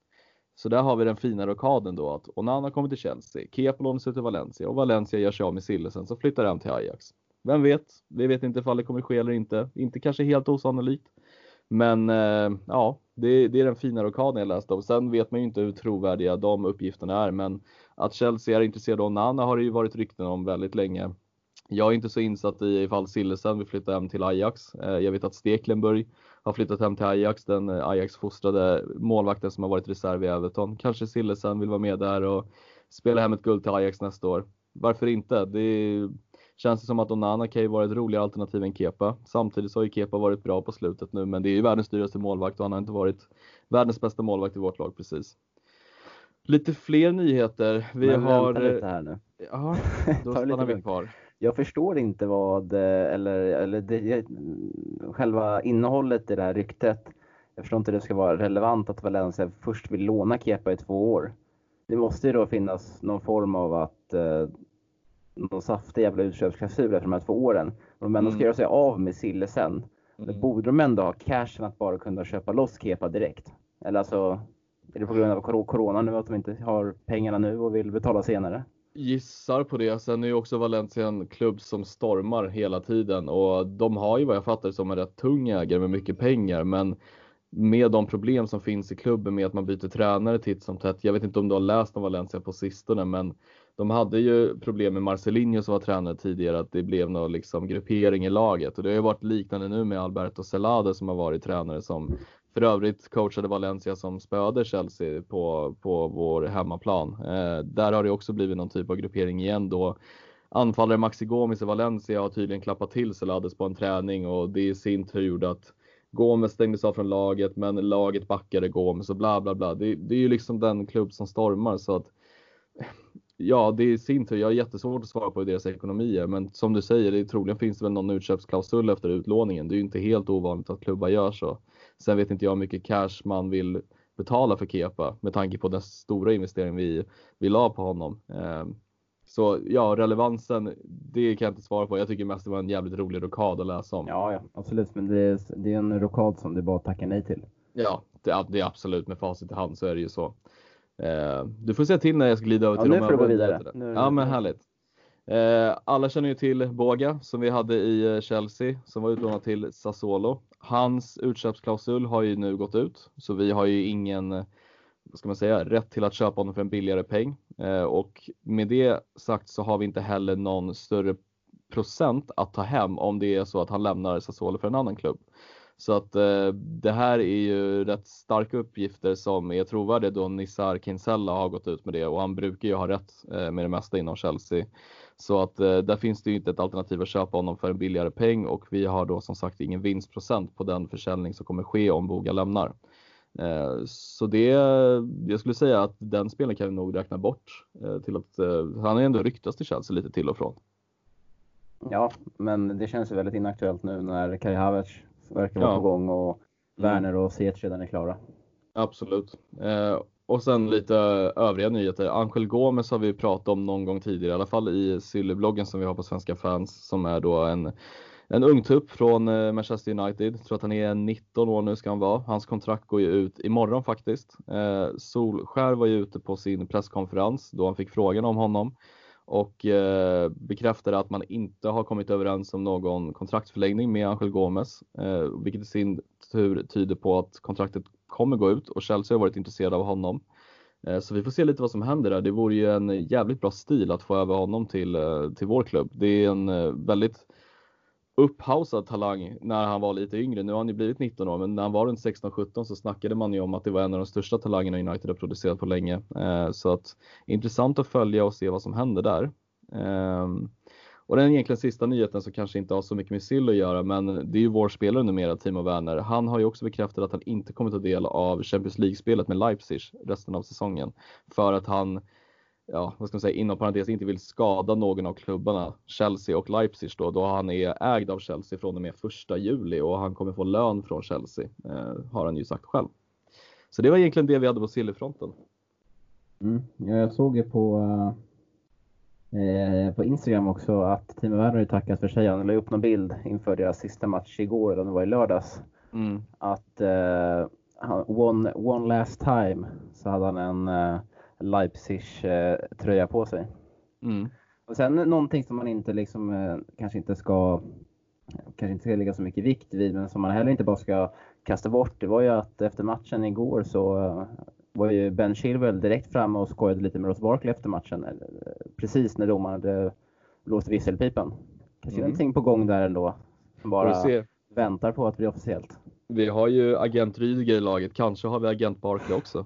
Så där har vi den fina rockaden då att Onana kommer till Chelsea, Kepa lånas ut till Valencia och Valencia gör sig av med Sillesen så flyttar han till Ajax. Vem vet, vi vet inte ifall det kommer ske eller inte. Inte kanske helt osannolikt. Men eh, ja, det, det är den fina rockaden jag läste om. Sen vet man ju inte hur trovärdiga de uppgifterna är. Men att Chelsea är intresserad av Onana har det ju varit rykten om väldigt länge. Jag är inte så insatt i ifall Sillesen vill flytta hem till Ajax. Eh, jag vet att Stekelenburg har flyttat hem till Ajax. Den Ajax-fostrade målvakten som har varit reserv i Everton. Kanske Sillesen vill vara med där och spela hem ett guld till Ajax nästa år. Varför inte? Det är... Känns det som att Onana kan ju vara ett roligare alternativ än Kepa. Samtidigt så har ju Kepa varit bra på slutet nu. Men det är ju världens dyraste målvakt och han har inte varit världens bästa målvakt i vårt lag precis. Lite fler nyheter. Vi men har... vänta lite här nu. Ja, då stannar vi kvar. Jag förstår inte vad, eller, eller det, själva innehållet i det här ryktet. Jag förstår inte det ska vara relevant att Valencia först vill låna Kepa i två år. Det måste ju då finnas någon form av att... någon saftig jävla utköpsklausul efter de här två åren. Och de ändå ska mm. göra sig av med Sillesen. Mm. Då borde de ändå ha cashen att bara kunna köpa loss Kepa direkt. Eller alltså, är det på grund av corona nu att de inte har pengarna nu och vill betala senare? Gissar på det. Sen är ju också Valencia en klubb som stormar hela tiden. Och de har ju vad jag fattar som en rätt tung ägare med mycket pengar. Men med de problem som finns i klubben med att man byter tränare titt som tätt. Jag vet inte om du har läst om Valencia på sistone, men de hade ju problem med Marcelinho som var tränare tidigare, att det blev någon liksom gruppering i laget. Och det har ju varit liknande nu med Alberto Celade som har varit tränare som för övrigt coachade Valencia som spöade Chelsea på, på vår hemmaplan. Eh, där har det också blivit någon typ av gruppering igen då. Anfallare Maxi Gomes i Valencia har tydligen klappat till Celades på en träning och det i sin tur gjorde att Gomes stängdes av från laget, men laget backade Gomes och bla bla bla. Det, det är ju liksom den klubb som stormar, så att ja, det är sin tur. Jag har jättesvårt att svara på deras ekonomier, men som du säger, det är, troligen finns det väl någon utköpsklausul efter utlåningen. Det är ju inte helt ovanligt att klubbar gör så. Sen vet inte jag hur mycket cash man vill betala för Kepa med tanke på den stora investering vi, vi la på honom. Så ja, relevansen, det kan jag inte svara på. Jag tycker mest det var en jävligt rolig rokad att läsa om. Ja, ja, absolut. Men det är, det är en rokad som du bara tackar nej till. Ja, det, det är absolut, med facit i hand så är det ju så. Eh, du får se till när jag ska glida över ja, till nu de får du gå övriga. vidare. Nu, Ja, men härligt. Eh, alla känner ju till Boga som vi hade i Chelsea som var utlånad till Sassuolo. Hans utköpsklausul har ju nu gått ut, så vi har ju ingen, vad ska man säga, rätt till att köpa honom för en billigare peng. Eh, och med det sagt så har vi inte heller någon större procent att ta hem om det är så att han lämnar Sassuolo för en annan klubb. Så att eh, det här är ju rätt starka uppgifter som är trovärdiga då Nizar Kinsella har gått ut med det, och han brukar ju ha rätt eh, med det mesta inom Chelsea. Så att eh, där finns det ju inte ett alternativ att köpa honom för en billigare peng, och vi har då som sagt ingen vinstprocent på den försäljning som kommer ske om Boga lämnar. Eh, så det, jag skulle säga att den spelaren kan vi nog räkna bort eh, till att eh, han är ändå ryktas till Chelsea lite till och från. Ja, men det känns ju väldigt inaktuellt nu när Kai Havertz verkar vara Ja. på gång och Mm. Werner och Ziyech redan är klara. Absolut. Eh, och sen lite övriga nyheter. Angel Gomes har vi pratat om någon gång tidigare, i alla fall i Silly-bloggen som vi har på Svenska Fans, som är då en, en ung tupp från eh, Manchester United. Jag tror att han är nitton år nu ska han vara. Hans kontrakt går ju ut imorgon faktiskt. Eh, Solskär var ju ute på sin presskonferens då han fick frågan om honom. Och eh, bekräftade att man inte har kommit överens om någon kontraktsförlängning med Angel Gomes. Eh, vilket i sin tur tyder på att kontraktet kommer gå ut, och Chelsea har varit intresserade av honom. Eh, så vi får se lite vad som händer där. Det vore ju en jävligt bra stil att få över honom till, eh, till vår klubb. Det är en eh, väldigt upphausad talang när han var lite yngre. Nu har han ju blivit nitton år, men när han var runt sexton sjutton så snackade man ju om att det var en av de största talangerna United har producerat på länge. Eh, så att intressant att följa och se vad som händer där. Eh, och den egentligen sista nyheten som kanske inte har så mycket med Sill att göra, men det är ju vår spelare numera, Timo Werner. Han har ju också bekräftat att han inte kommer ta del av Champions League-spelet med Leipzig resten av säsongen. För att han, ja, vad ska man säga, inom parentes inte vill skada någon av klubbarna, Chelsea och Leipzig då, då han är ägd av Chelsea från och med första juli, och han kommer få lön från Chelsea, eh, har han ju sagt själv. Så det var egentligen det vi hade på Silly-fronten. Mm. Jag såg ju på, eh, på Instagram också att Timo Werner tackat för sig. Han la upp någon bild inför deras sista match igår, eller det var i lördags. Mm. Att eh, han, one, one last time så hade han en eh, Leipzig-tröja eh, på sig. Mm. Och sen någonting som man inte liksom eh, kanske inte ska kanske inte ska lägga så mycket vikt vid, men som man heller inte bara ska kasta bort, det var ju att efter matchen igår så eh, var ju Ben Chilwell direkt framme och skojade lite med Ross Barkley efter matchen, eh, precis när domaren hade blåst visselpipan. Kanske Mm. någonting på gång där ändå, som bara Får se. väntar på att bli officiellt. Vi har ju agent Rydiger i laget, kanske har vi agent Barkley också.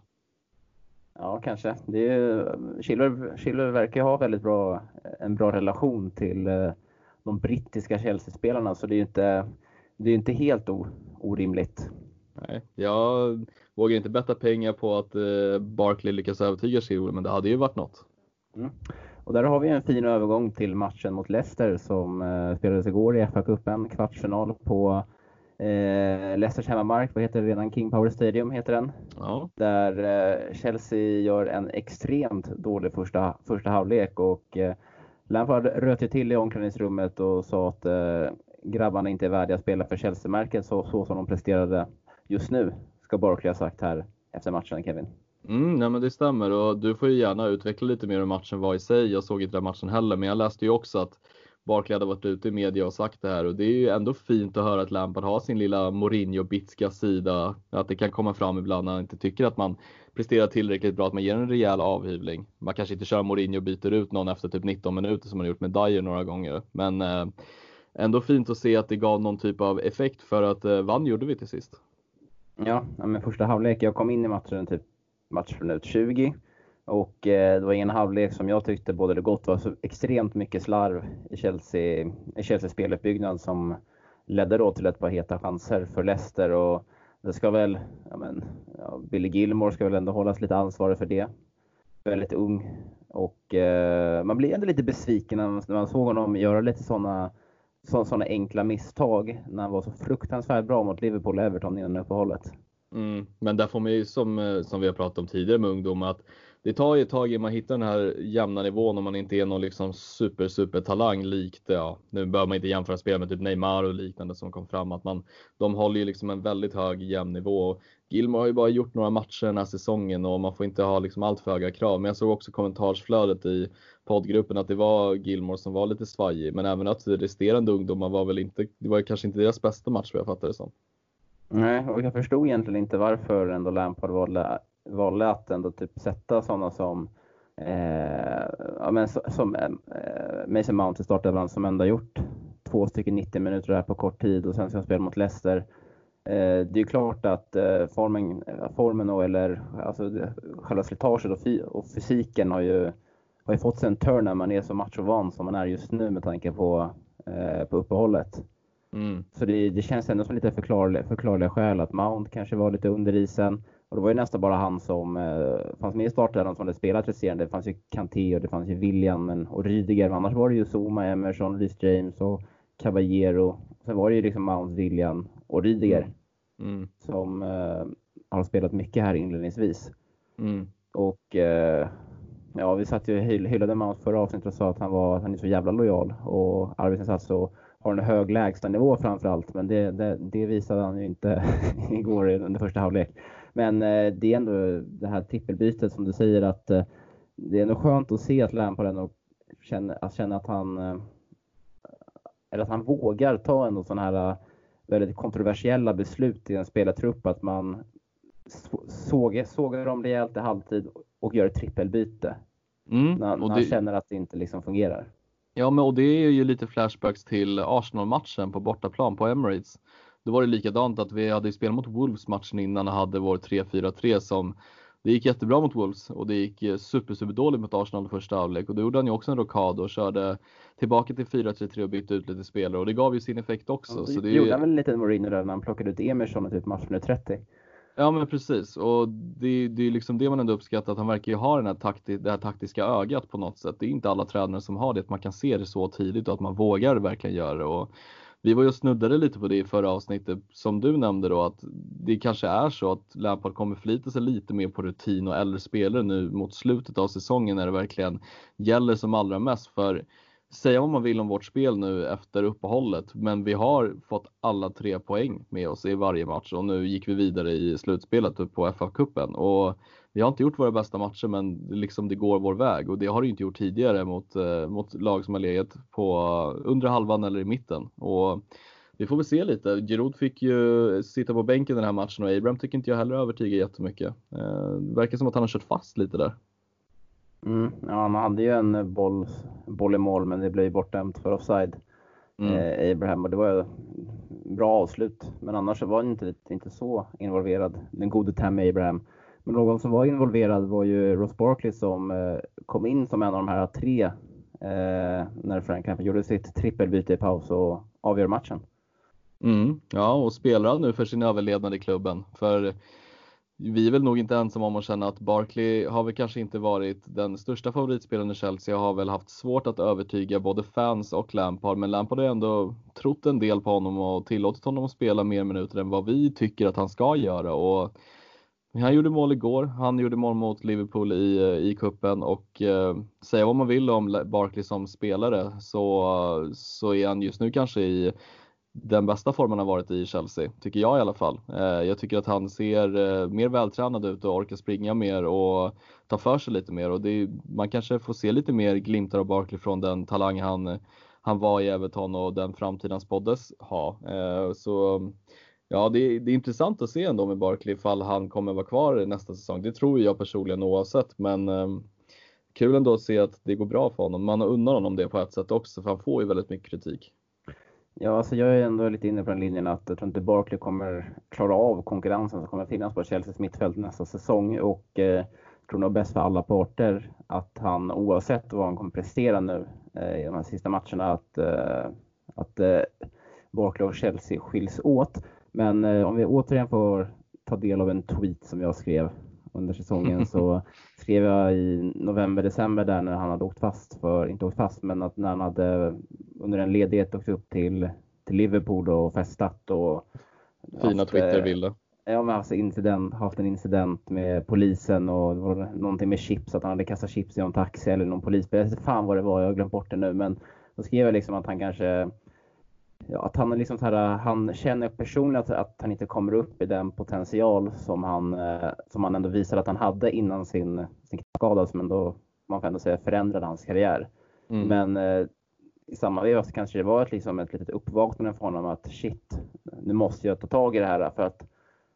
Ja, kanske. Det är, Chilwell, Chilwell verkar ha väldigt bra, en bra relation till eh, de brittiska Chelsea-spelarna, så det är ju inte, det är inte helt o, orimligt. Nej, jag vågar inte betta pengar på att eh, Barkley lyckas övertyga Chilwell, men det hade ju varit något. Mm. Och där har vi en fin övergång till matchen mot Leicester som eh, spelades igår i F A-cupen, kvartsfinal på Eh, Leicesters hemmamark, vad heter det redan? King Power Stadium heter den. Ja. Där eh, Chelsea gör en extremt dålig första, första halvlek, och eh, Lampard röt ju till i omklädningsrummet och sa att eh, grabbarna inte är värdiga att spela för Chelsea-märket så, så som de presterade just nu, ska Barkley ha sagt här efter matchen, Kevin. Mm, nej men det stämmer, och du får ju gärna utveckla lite mer hur matchen var i sig. Jag såg inte den matchen heller, men jag läste ju också att Barkley hade varit ute i media och sagt det här, och det är ju ändå fint att höra att Lampard har sin lilla Mourinho-bitska sida, att det kan komma fram ibland när han inte tycker att man presterar tillräckligt bra, att man ger en rejäl avhyvling. Man kanske inte kör Mourinho och byter ut någon efter typ nitton minuter som man gjort med Dyer några gånger, men eh, ändå fint att se att det gav någon typ av effekt, för att eh, vann gjorde vi till sist. Ja, men första halvlek, jag kom in i matchen typ matchminut tjugo. Och eh, det var en halvlek som jag tyckte både det gott var så extremt mycket slarv i Chelsea, i Chelsea speluppbyggnad som ledde då till ett par heta chanser för Leicester, och det ska väl, ja men, ja, Billy Gilmore ska väl ändå hållas lite ansvarig för det. Väldigt ung, och eh, man blir ändå lite besviken när man, när man såg honom göra lite sådana så, såna enkla misstag när han var så fruktansvärt bra mot Liverpool och Everton innan uppehållet. Mm, men där får man ju, som, som vi har pratat om tidigare med ungdomar, att det tar ju ett tag innan man hittar den här jämna nivån om man inte är någon liksom super super talang likt, ja, nu bör man inte jämföra spel med typ Neymar och liknande som kom fram, att man, de håller ju liksom en väldigt hög jämn nivå. Gilmore har ju bara gjort några matcher den här säsongen och man får inte ha liksom allt för höga krav, men jag såg också kommentarsflödet i poddgruppen att det var Gilmore som var lite svajig, men även att resterande ungdomar var väl inte, det var kanske inte deras bästa match, vad jag fattar det som. Nej, och jag förstod egentligen inte varför ändå Lampard valde, valde att ändå typ sätta sådana som eh, ja, men så, som eh, Mason Mount i startelvan, som ändå gjort två stycken nittio minuter här på kort tid och sen ska spela mot Leicester. Eh, det är ju klart att eh, formen, formen och, eller alltså det, själva slitaget och, fy, och fysiken har ju, har ju fått sig en turn när man är så machovan som man är just nu med tanke på, eh, på uppehållet. Mm. Så det, det känns ändå som lite förklarliga, förklarliga skäl att Mount kanske var lite under isen. Och det var ju nästan bara han som eh, fanns med i starten som hade spelat resterande. Det fanns ju Kanté och det fanns ju William men, och Rydiger. Men annars var det ju Zuma, Emerson, Reece James och Caballero. Sen var det ju liksom Mount, William och Rydiger. Mm. Som eh, har spelat mycket här inledningsvis. Mm. Och eh, ja, vi satt ju och hyllade Mount förra avsnittet och sa att han, var, att han är så jävla lojal. Och arbetsinsats så har en hög lägsta nivå framförallt, men det, det, det visade han ju inte igår under första halvlek. Men eh, det är ändå det här trippelbytet som du säger, att eh, det är ändå skönt att se att Lampard ändå känner att, känna att han eh, eller att han vågar ta ändå sådana här eh, väldigt kontroversiella beslut i en spelartrupp, att man såg, sågar dem rejält i halvtid och gör ett trippelbyte Mm. när, och när det... han känner att det inte liksom fungerar. Ja, men och det är ju lite flashbacks till Arsenal-matchen på bortaplan på Emirates. Då var det likadant att vi hade spel mot Wolves matchen innan och hade vår tre fyra tre som det gick jättebra mot Wolves och det gick super super dåligt mot Arsenal i första halvlek, och då gjorde han ju också en rockad och körde tillbaka till fyra tre tre och bytte ut lite spelare och det gav ju sin effekt också. Ja, så det gjorde ju... han väl lite Mourinho där när han plockade ut Emerson och typ matchminut trettio. Ja, men precis, och det, det är liksom det man ändå uppskattar, att han verkar ju ha den här takti, det här taktiska ögat på något sätt. Det är inte alla tränare som har det, att man kan se det så tidigt och att man vågar verkligen göra det. Och vi var ju och snuddade lite på det i förra avsnittet, som du nämnde då, att det kanske är så att Lampard kommer förlita sig lite mer på rutin och äldre spelare nu mot slutet av säsongen när det verkligen gäller som allra mest. För säga vad man vill om vårt spel nu efter uppehållet, men vi har fått alla tre poäng med oss i varje match och nu gick vi vidare i slutspelet på F A-cupen och vi har inte gjort våra bästa matcher, men liksom det går vår väg och det har det inte gjort tidigare mot, eh, mot lag som har legat på under halvan eller i mitten. Och vi får väl se lite. Giroud fick ju sitta på bänken den här matchen och Abraham tycker inte jag heller övertygar jättemycket. Eh, det verkar som att han har kört fast lite där. Mm, ja, han hade ju en boll, boll i mål, men det blev bortdömt för offside. Mm. Eh, Abraham, och det var ju bra avslut. Men annars så var han inte, inte så involverad, den gode Tammy Abraham. Men någon som var involverad var ju Ross Barkley som eh, kom in som en av de här tre eh, när Frank Lampard gjorde sitt trippelbyte i paus och avgör matchen. Mm, ja, och spelar nu för sin överlevnad i klubben. För vi är väl nog inte ensamma om att känna att Barkley har väl kanske inte varit den största favoritspelaren i Chelsea. Har väl haft svårt att övertyga både fans och Lampard. Men Lampard har ändå trott en del på honom och tillåtit honom att spela mer minuter än vad vi tycker att han ska göra. Och han gjorde mål igår. Han gjorde mål mot Liverpool i, i kuppen. Och eh, säga vad man vill om Barkley som spelare, så, så är han just nu kanske i den bästa formen har varit i Chelsea, tycker jag i alla fall. Eh, jag tycker att han ser eh, mer vältränad ut och orkar springa mer och ta för sig lite mer. Och det är, man kanske får se lite mer glimtar av Barkley från den talang han, han var i Everton och den framtiden spåddes ha. Eh, så ja, det, det är intressant att se ändå med Barkley ifall han kommer vara kvar nästa säsong. Det tror jag personligen oavsett, men eh, kul ändå att se att det går bra för honom. Man undrar honom det på ett sätt också, för han får ju väldigt mycket kritik. Ja, alltså jag är ändå lite inne på den linjen att jag tror inte Barkley kommer klara av konkurrensen som kommer finnas på Chelseas mittfält nästa säsong, och eh, jag tror nog bäst för alla parter att han, oavsett vad han kommer prestera nu eh, i de här sista matcherna, att, eh, att eh, Barkley och Chelsea skiljs åt. Men eh, om vi återigen får ta del av en tweet som jag skrev under säsongen, så skrev jag i november, december där när han hade åkt fast för, inte åkt fast, men att när han hade under en ledighet åkt upp till, till Liverpool och festat och fina Twitter-bilder. Ja, men haft, incident, haft en incident med polisen och det var någonting med chips, att han hade kastat chips i en taxi eller någon polisbil. Jag vet inte fan vad det var, jag har glömt bort det nu, men då skrev jag liksom att han kanske, ja, att han är liksom så här, han känner personligen att, att han inte kommer upp i den potential som han, som han ändå visade att han hade innan sin, sin skada, som ändå, man kan ändå säga, förändrade hans karriär. Mm. Men eh, i samma veva så kanske det var ett, liksom ett litet uppvaknande för honom att shit, nu måste jag ta tag i det här, för att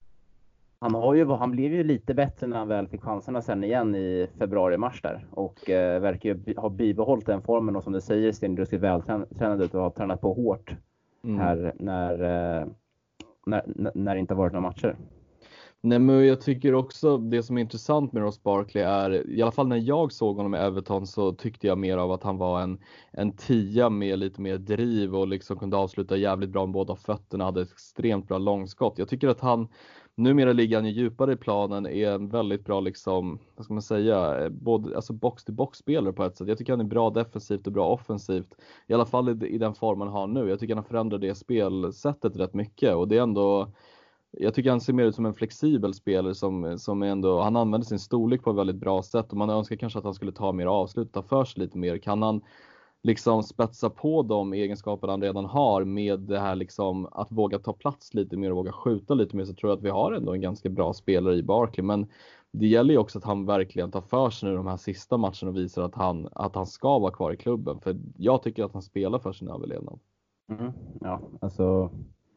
han, har ju, han blev ju lite bättre när han väl fick chanserna sen igen i februari-mars där. Och eh, verkar ju ha bibehållit den formen. Och som du säger, Sten, du ser vältränad ut och har tränat på hårt mm. här när, eh, när, när det inte har varit några matcher. Nej, men jag tycker också det som är intressant med Ross Barkley är, i alla fall när jag såg honom i Everton så tyckte jag mer av att han var en, en tia med lite mer driv och liksom kunde avsluta jävligt bra med båda fötterna, hade ett extremt bra långskott. Jag tycker att han, numera ligger han ju djupare i planen, är en väldigt bra liksom, vad ska man säga, både alltså box-till-box-spelare på ett sätt. Jag tycker han är bra defensivt och bra offensivt, i alla fall i, i den form han har nu. Jag tycker han har förändrat det spelsättet rätt mycket och det är ändå, jag tycker han ser mer ut som en flexibel spelare som, som är ändå, han använder sin storlek på ett väldigt bra sätt och man önskar kanske att han skulle ta mer avslut, ta för sig lite mer. Kan han liksom spetsa på de egenskaper han redan har med det här liksom att våga ta plats lite mer och våga skjuta lite mer, så tror jag att vi har ändå en ganska bra spelare i Barkley. Men det gäller ju också att han verkligen tar för sig nu de här sista matcherna och visar att han, att han ska vara kvar i klubben. För jag tycker att han spelar för sin överlevnad. Mm, ja, alltså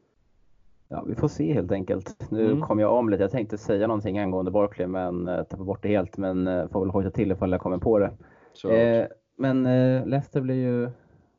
ja, vi får se helt enkelt. Nu Mm. kom jag om lite. Jag tänkte säga någonting angående Barkley, men äh, tappar bort det helt. Men äh, får väl hojta till ifall jag kommer på det. Eh, men äh, Leicester blir ju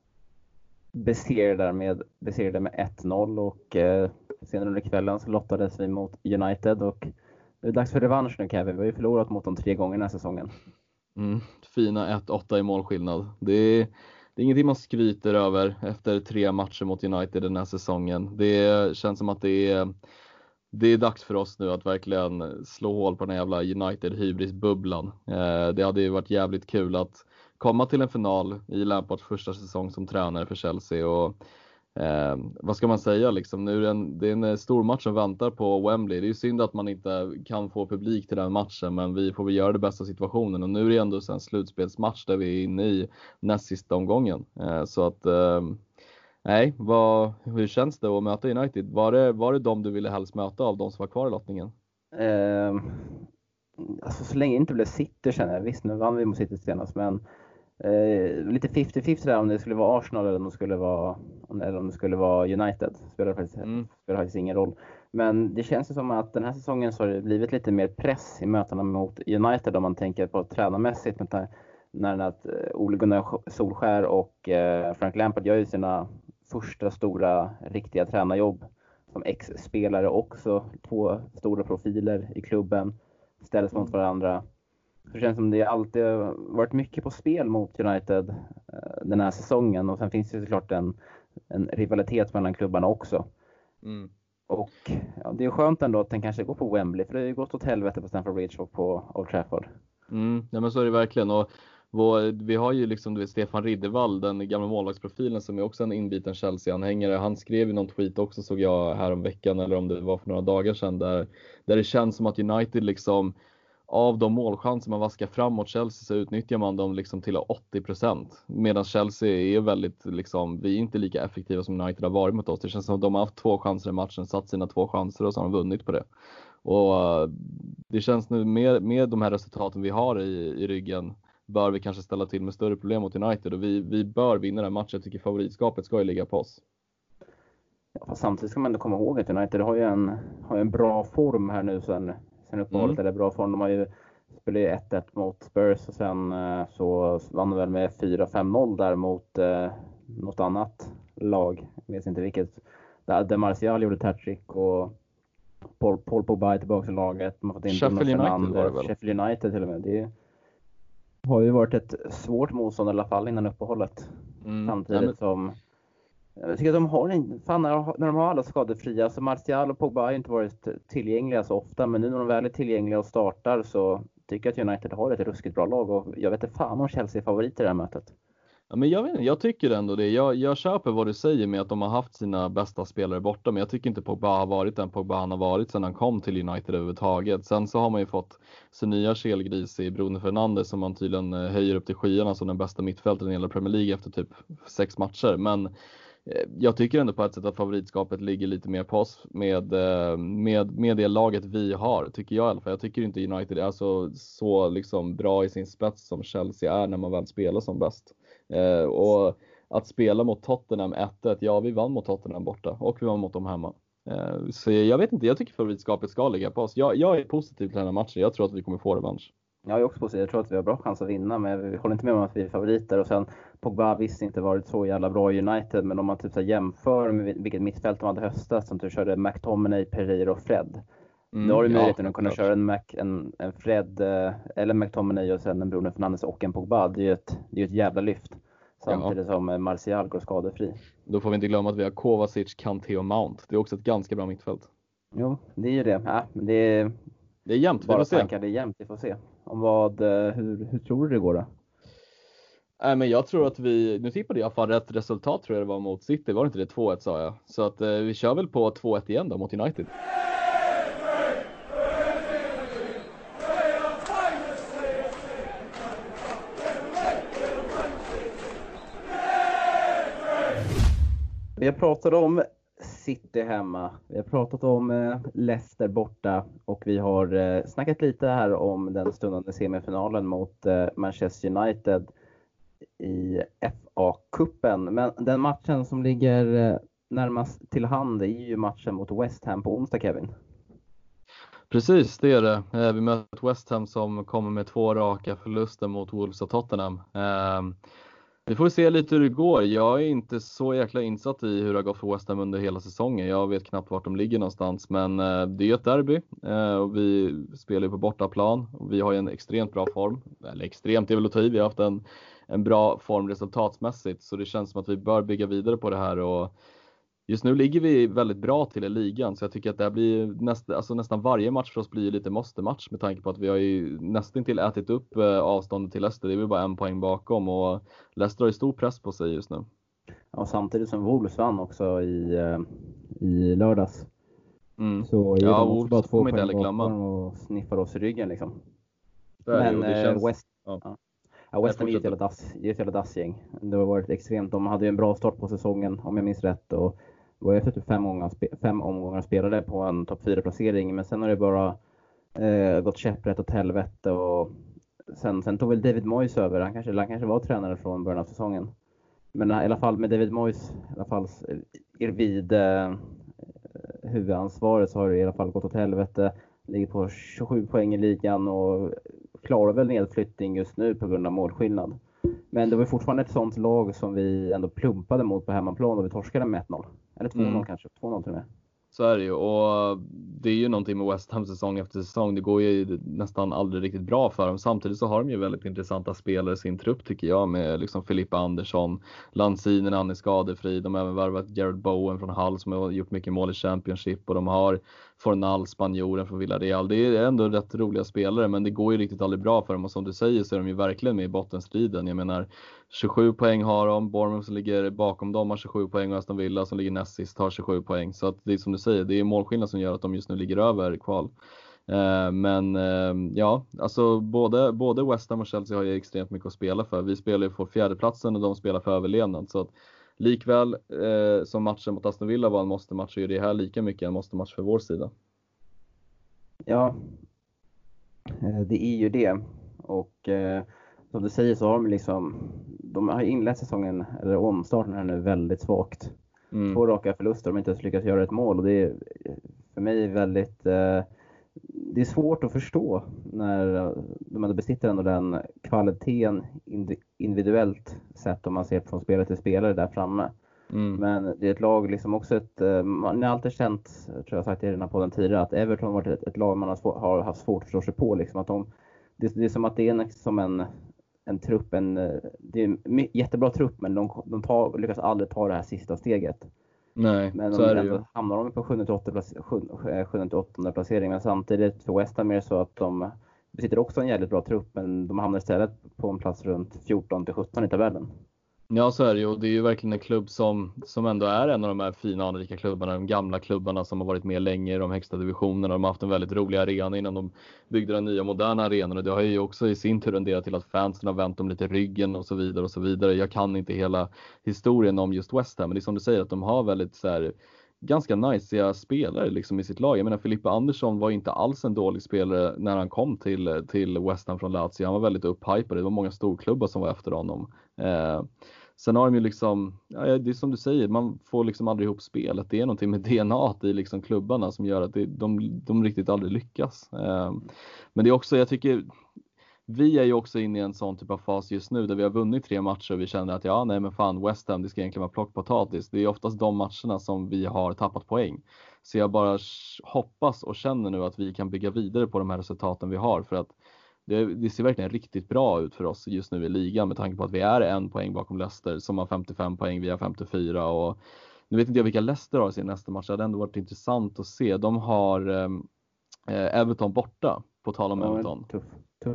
besegrade med, besegrade med ett noll och äh, senare under kvällen så lottades vi mot United och det är dags för revansch nu, Kevin. Vi har ju förlorat mot dem tre gånger den här säsongen. Mm, fina ett åtta i målskillnad. Det är, det är ingenting man skryter över efter tre matcher mot United den här säsongen. Det känns som att det är, det är dags för oss nu att verkligen slå hål på den jävla United-hybris-bubblan. Eh, det hade ju varit jävligt kul att komma till en final i Lampards första säsong som tränare för Chelsea och Eh, vad ska man säga liksom, nu är det, en, det är en stor match som väntar på Wembley. Det är ju synd att man inte kan få publik till den matchen, men vi får väl göra det bästa situationen och nu är det ändå en slutspelsmatch där vi är inne i näst sista omgången. Eh, så att eh, nej, vad, hur känns det att möta United? Var det, var det de du ville helst möta av de som var kvar i lottningen? Eh, alltså så länge det inte blev City känner jag, visst nu vann vi mot City senast, men Eh, lite fifty fifty där om det skulle vara Arsenal eller om det skulle vara, eller om det skulle vara United. Spelar faktiskt, mm. spelar faktiskt ingen roll. Men det känns ju som att den här säsongen så har det blivit lite mer press i mötena mot United om man tänker på tränarmässigt. När att Ole Gunnar Solskjær och eh, Frank Lampard gör ju sina första stora riktiga tränarjobb som ex-spelare också. Två stora profiler i klubben ställs mot varandra. Det känns som det alltid varit mycket på spel mot United den här säsongen. Och sen finns det såklart en, en rivalitet mellan klubbarna också. Mm. Och ja, det är skönt ändå att den kanske går på Wembley. För det har ju gått åt helvete på Stamford Bridge och på Old Trafford. Mm, ja, men så är det verkligen. Och vår, vi har ju liksom du vet, Stefan Riddervall, den gamla målvaktsprofilen som är också en inbiten Chelsea-anhängare. Han skrev i någon tweet också, såg jag här om veckan eller om det var för några dagar sedan. Där, där det känns som att United liksom, av de målchanser man vaskar fram mot Chelsea så utnyttjar man dem liksom till åttio procent. Medan Chelsea är väldigt, liksom, vi är inte lika effektiva som United har varit mot oss. Det känns som att de har haft två chanser i matchen, satt sina två chanser och så har de vunnit på det. Och uh, det känns nu med, med de här resultaten vi har i, i ryggen bör vi kanske ställa till med större problem mot United. Och vi, vi bör vinna den matchen. Jag tycker favoritskapet ska ju ligga på oss. Ja, fast samtidigt ska man ändå komma ihåg att United har ju en, har en bra form här nu sen Sen uppehållet mm. är det bra form. De har ju spelat ett ett mot Spurs och sen eh, så vann de väl med fyra fem noll där mot eh, något annat lag. Jag vet inte vilket. Där De Martial gjorde hattrick och Paul, Paul Pogba är tillbaka i laget. Man har fått in Sheffield United var det väl? Sheffield United till och med. Det har ju varit ett svårt motstånd i alla fall innan uppehållet. Mm. Samtidigt ja, men... som Jag tycker att de har en, fan när, när de har alla skadefria, så Martial och Pogba har ju inte varit tillgängliga så ofta, men nu när de väl är tillgängliga och startar så tycker jag att United har ett ruskigt bra lag, och jag vet inte fan om Chelsea är favorit i det här mötet. Ja, men jag, vet, jag tycker ändå det. Jag, jag köper vad du säger med att de har haft sina bästa spelare borta. Men jag tycker inte Pogba har varit den Pogba han har varit sedan han kom till United överhuvudtaget. Sen så har man ju fått så nya kelgris i Bruno Fernandes som man tydligen höjer upp till skyarna som den bästa mittfältaren i hela Premier League efter typ sex matcher. Men jag tycker ändå på ett sätt att favoritskapet ligger lite mer på oss med, med, med det laget vi har, tycker jag i alla fall. Jag tycker inte United är så, så liksom bra i sin spets som Chelsea är när man väl spelar som bäst. Eh, och att spela mot Tottenham ett ett, ja vi vann mot Tottenham borta och vi vann mot dem hemma. Eh, så jag vet inte, jag tycker favoritskapet ska ligga på oss. Jag, jag är positiv till den här matchen, jag tror att vi kommer få revansch. Jag är också positiv, jag tror att vi har bra chans att vinna, men vi håller inte med om att vi är favoriter. Och sen Pogba visst inte varit så jävla bra i United, men om man typ så jämför med vilket mittfält de hade höstas, som du körde McTominay, Pereira och Fred. Mm, då har du möjligheten ja, att kunna klart. köra en, Mac, en, en Fred eller McTominay och sen en Bruno Fernandes och en Pogba. Det är ju ett, det är ett jävla lyft. Samtidigt ja. som Martial går skadefri. Då får vi inte glömma att vi har Kovacic, Kanté och Mount. Det är också ett ganska bra mittfält. Jo, det är ju det. Ja, men det är, det är jämnt, bara vi får tankar, se. Det är jämnt, vi får se. Om vad, hur, hur tror du det går då? Nej, men jag tror att vi, nu tippade jag fan rätt resultat tror jag det var mot City. Var det inte det två ett sa jag? Så att eh, vi kör väl på två ett igen då mot United. Vi har pratat om City hemma, vi har pratat om eh, Leicester borta och vi har eh, snackat lite här om den stundande semifinalen mot eh, Manchester United i F A-cupen. Men den matchen som ligger eh, närmast till hand är ju matchen mot West Ham på onsdag, Kevin. Precis, det är det. Eh, vi möter West Ham som kommer med två raka förluster mot Wolves och Tottenham. Eh, Vi får se lite hur det går. Jag är inte så jäkla insatt i hur det har gått för West Ham under hela säsongen. Jag vet knappt vart de ligger någonstans. Men eh, det är ett derby. Eh, och vi spelar ju på bortaplan. Och vi har ju en extremt bra form. Eller extremt är väl att ta i. Vi har haft en, en bra form resultatsmässigt. Så det känns som att vi bör bygga vidare på det här. Och just nu ligger vi väldigt bra till i ligan. Så jag tycker att det här blir näst, alltså nästan varje match för oss blir lite måste-match. Med tanke på att vi har ju nästan till ätit upp eh, avståndet till Leicester. Det är väl bara en poäng bakom. Och Leicester har ju stor press på sig just nu. Ja, samtidigt som Wolves vann också i, eh, i lördags. Mm. Så är ja, de Wolves bara två poäng bakom och sniffar oss i ryggen liksom. Men det känns... West... Ja. Ja. Ja, West Ham är ju ett jävla dass, ett jävla dassgäng. Det har varit extremt. De hade ju en bra start på säsongen om jag minns rätt. Och det var efter typ fem omgångar, fem omgångar spelade på en topp fyra placering. Men sen har det bara eh, gått käpprätt åt helvete. Och sen, sen tog väl David Moyes över. Han kanske, han kanske var tränare från början av säsongen. Men i alla fall med David Moyes i alla fall vid eh, huvudansvaret så har det i alla fall gått åt helvete. Ligger på tjugosju poäng i ligan och klarar väl nedflyttning just nu på grund av målskillnad. Men det var fortfarande ett sånt lag som vi ändå plumpade mot på hemmaplan och vi torskade med ett noll. Eller två noll mm. kanske, två noll till och med. Så är det ju, och det är ju någonting med West Ham säsong efter säsong. Det går ju nästan aldrig riktigt bra för dem. Samtidigt så har de ju väldigt intressanta spelare i sin trupp tycker jag. Med liksom Filippa Andersson, Lanzini när han är skadefri. De har även värvat Jared Bowen från Hull som har gjort mycket mål i Championship. Och de har Fornal, spanjoren från Villarreal. Det är ändå rätt roliga spelare, men det går ju riktigt aldrig bra för dem. Och som du säger så är de ju verkligen med i bottenstriden. Jag menar, tjugosju poäng har de. Bournemouth som ligger bakom dem har tjugosju poäng och Aston Villa som ligger näst sist har tjugosju poäng. Så att det är som du säger, det är målskillnad som gör att de just nu ligger över kval. Eh, men eh, ja, alltså både, både West Ham och Chelsea har ju extremt mycket att spela för. Vi spelar ju för fjärdeplatsen och de spelar för överlevnad. Så att likväl eh, som matchen mot Aston Villa var en måste-match så är det här lika mycket en måste-match för vår sida. Ja, det är ju det. Och eh, som du säger så har de liksom, de har inlett säsongen, eller omstarten här nu, väldigt svagt. Mm. Två raka förluster, de har inte ens lyckats göra ett mål. Och det är för mig väldigt, eh, det är svårt att förstå när de ändå besitter ändå den kvaliteten individuellt sett om man ser från spelare till spelare där framme. Mm. Men det är ett lag liksom också ett, man har alltid känt, tror jag sagt i den här podden tidigare, att Everton har varit ett, ett lag man har, svår, har haft svårt att förstå sig på liksom, att de, det, det är som att det är en, som en en trupp, en, det är en jättebra trupp, men de, de tar, lyckas aldrig ta det här sista steget. Nej, men så de är det ändå ju. hamnar de på sjunde till åttonde placering, men samtidigt för West Ham är det så att de besitter också en jävligt bra trupp, men de hamnar istället på en plats runt fjorton till sjutton i tabellen. Ja, så är det ju. Och det är ju verkligen en klubb som, som ändå är en av de här fina anrika klubbarna, de gamla klubbarna som har varit med länge i de högsta divisionerna. De har haft en väldigt rolig arena innan de byggde den nya moderna arenan, och det har ju också i sin tur renderat till att fansen har vänt dem lite ryggen och så vidare och så vidare. Jag kan inte hela historien om just West Ham, men det är som du säger att de har väldigt så här ganska najsiga spelare liksom i sitt lag. Jag menar, Filippa Andersson var inte alls en dålig spelare när han kom till, till West Ham från Lazio. Han var väldigt upphypad. Det var många storklubbar som var efter honom. Eh, sen har de ju liksom, ja, det är som du säger, man får liksom aldrig ihop spelet. Det är någonting med D N A i liksom klubbarna som gör att det, de, de riktigt aldrig lyckas. Eh, men det är också, jag tycker, vi är ju också inne i en sån typ av fas just nu där vi har vunnit tre matcher och vi känner att ja, nej men fan, West Ham, det ska egentligen vara plockpotatis. Det är oftast de matcherna som vi har tappat poäng. Så jag bara hoppas och känner nu att vi kan bygga vidare på de här resultaten vi har, för att det, det ser verkligen riktigt bra ut för oss just nu i ligan, med tanke på att vi är en poäng bakom Leicester som har femtiofem poäng, vi har femtiofyra, och nu vet inte jag vilka Leicester har i sin nästa match. Det hade ändå varit intressant att se. De har eh, Everton borta, på tal om Ja, Everton. Tuff, tuff.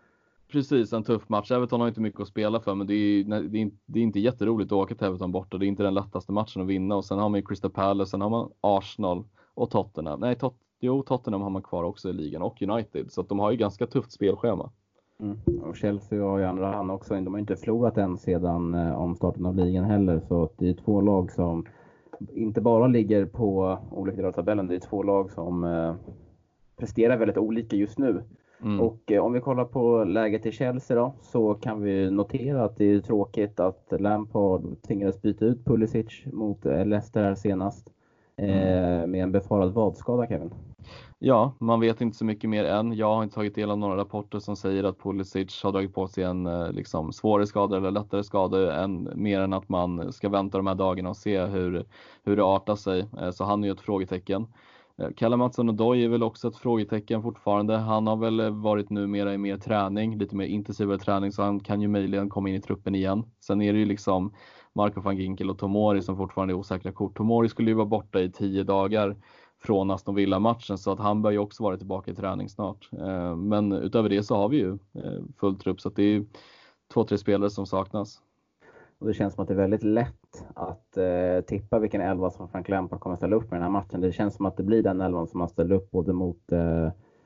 Precis, en tuff match. Everton har inte mycket att spela för, men det är, det är, det är inte jätteroligt att åka till Everton borta. Det är inte den lättaste matchen att vinna. Och sen har man ju Crystal Palace, sen har man Arsenal och Tottenham. Nej, tot, jo, Tottenham har man kvar också i ligan, och United. Så att de har ju ganska tufft spelschema. Mm. Och Chelsea och andra han också. De har inte förlorat än sedan eh, omstarten av ligan heller. Så det är två lag som inte bara ligger på olika delar av tabellen. Det är två lag som eh, presterar väldigt olika just nu. Mm. Och eh, om vi kollar på läget i Chelsea då, så kan vi notera att det är tråkigt att Lampard tvingades byta ut Pulisic mot eh, Leicester här senast. Eh, med en befarad vadskada, Kevin. Ja, man vet inte så mycket mer än. Jag har inte tagit del av några rapporter som säger att Pulisic har dragit på sig en liksom, svårare skada eller lättare skada, än, mer än att man ska vänta de här dagarna och se hur, hur det artar sig. Så han är ju ett frågetecken. Callum Hudson-Odoi är väl också ett frågetecken fortfarande. Han har väl varit numera i mer träning, lite mer intensivare träning, så han kan ju möjligen komma in i truppen igen. Sen är det ju liksom Marco van Ginkel och Tomori som fortfarande är osäkra kort. Tomori skulle ju vara borta i tio dagar från Aston Villa-matchen, så att han bör ju också vara tillbaka i träning snart. Men utöver det så har vi ju full trupp, så att det är två, tre spelare som saknas. Och det känns som att det är väldigt lätt att eh, tippa vilken elva som Frank Lampard kommer att ställa upp med den här matchen. Det känns som att det blir den elvan som han ställer upp både mot eh,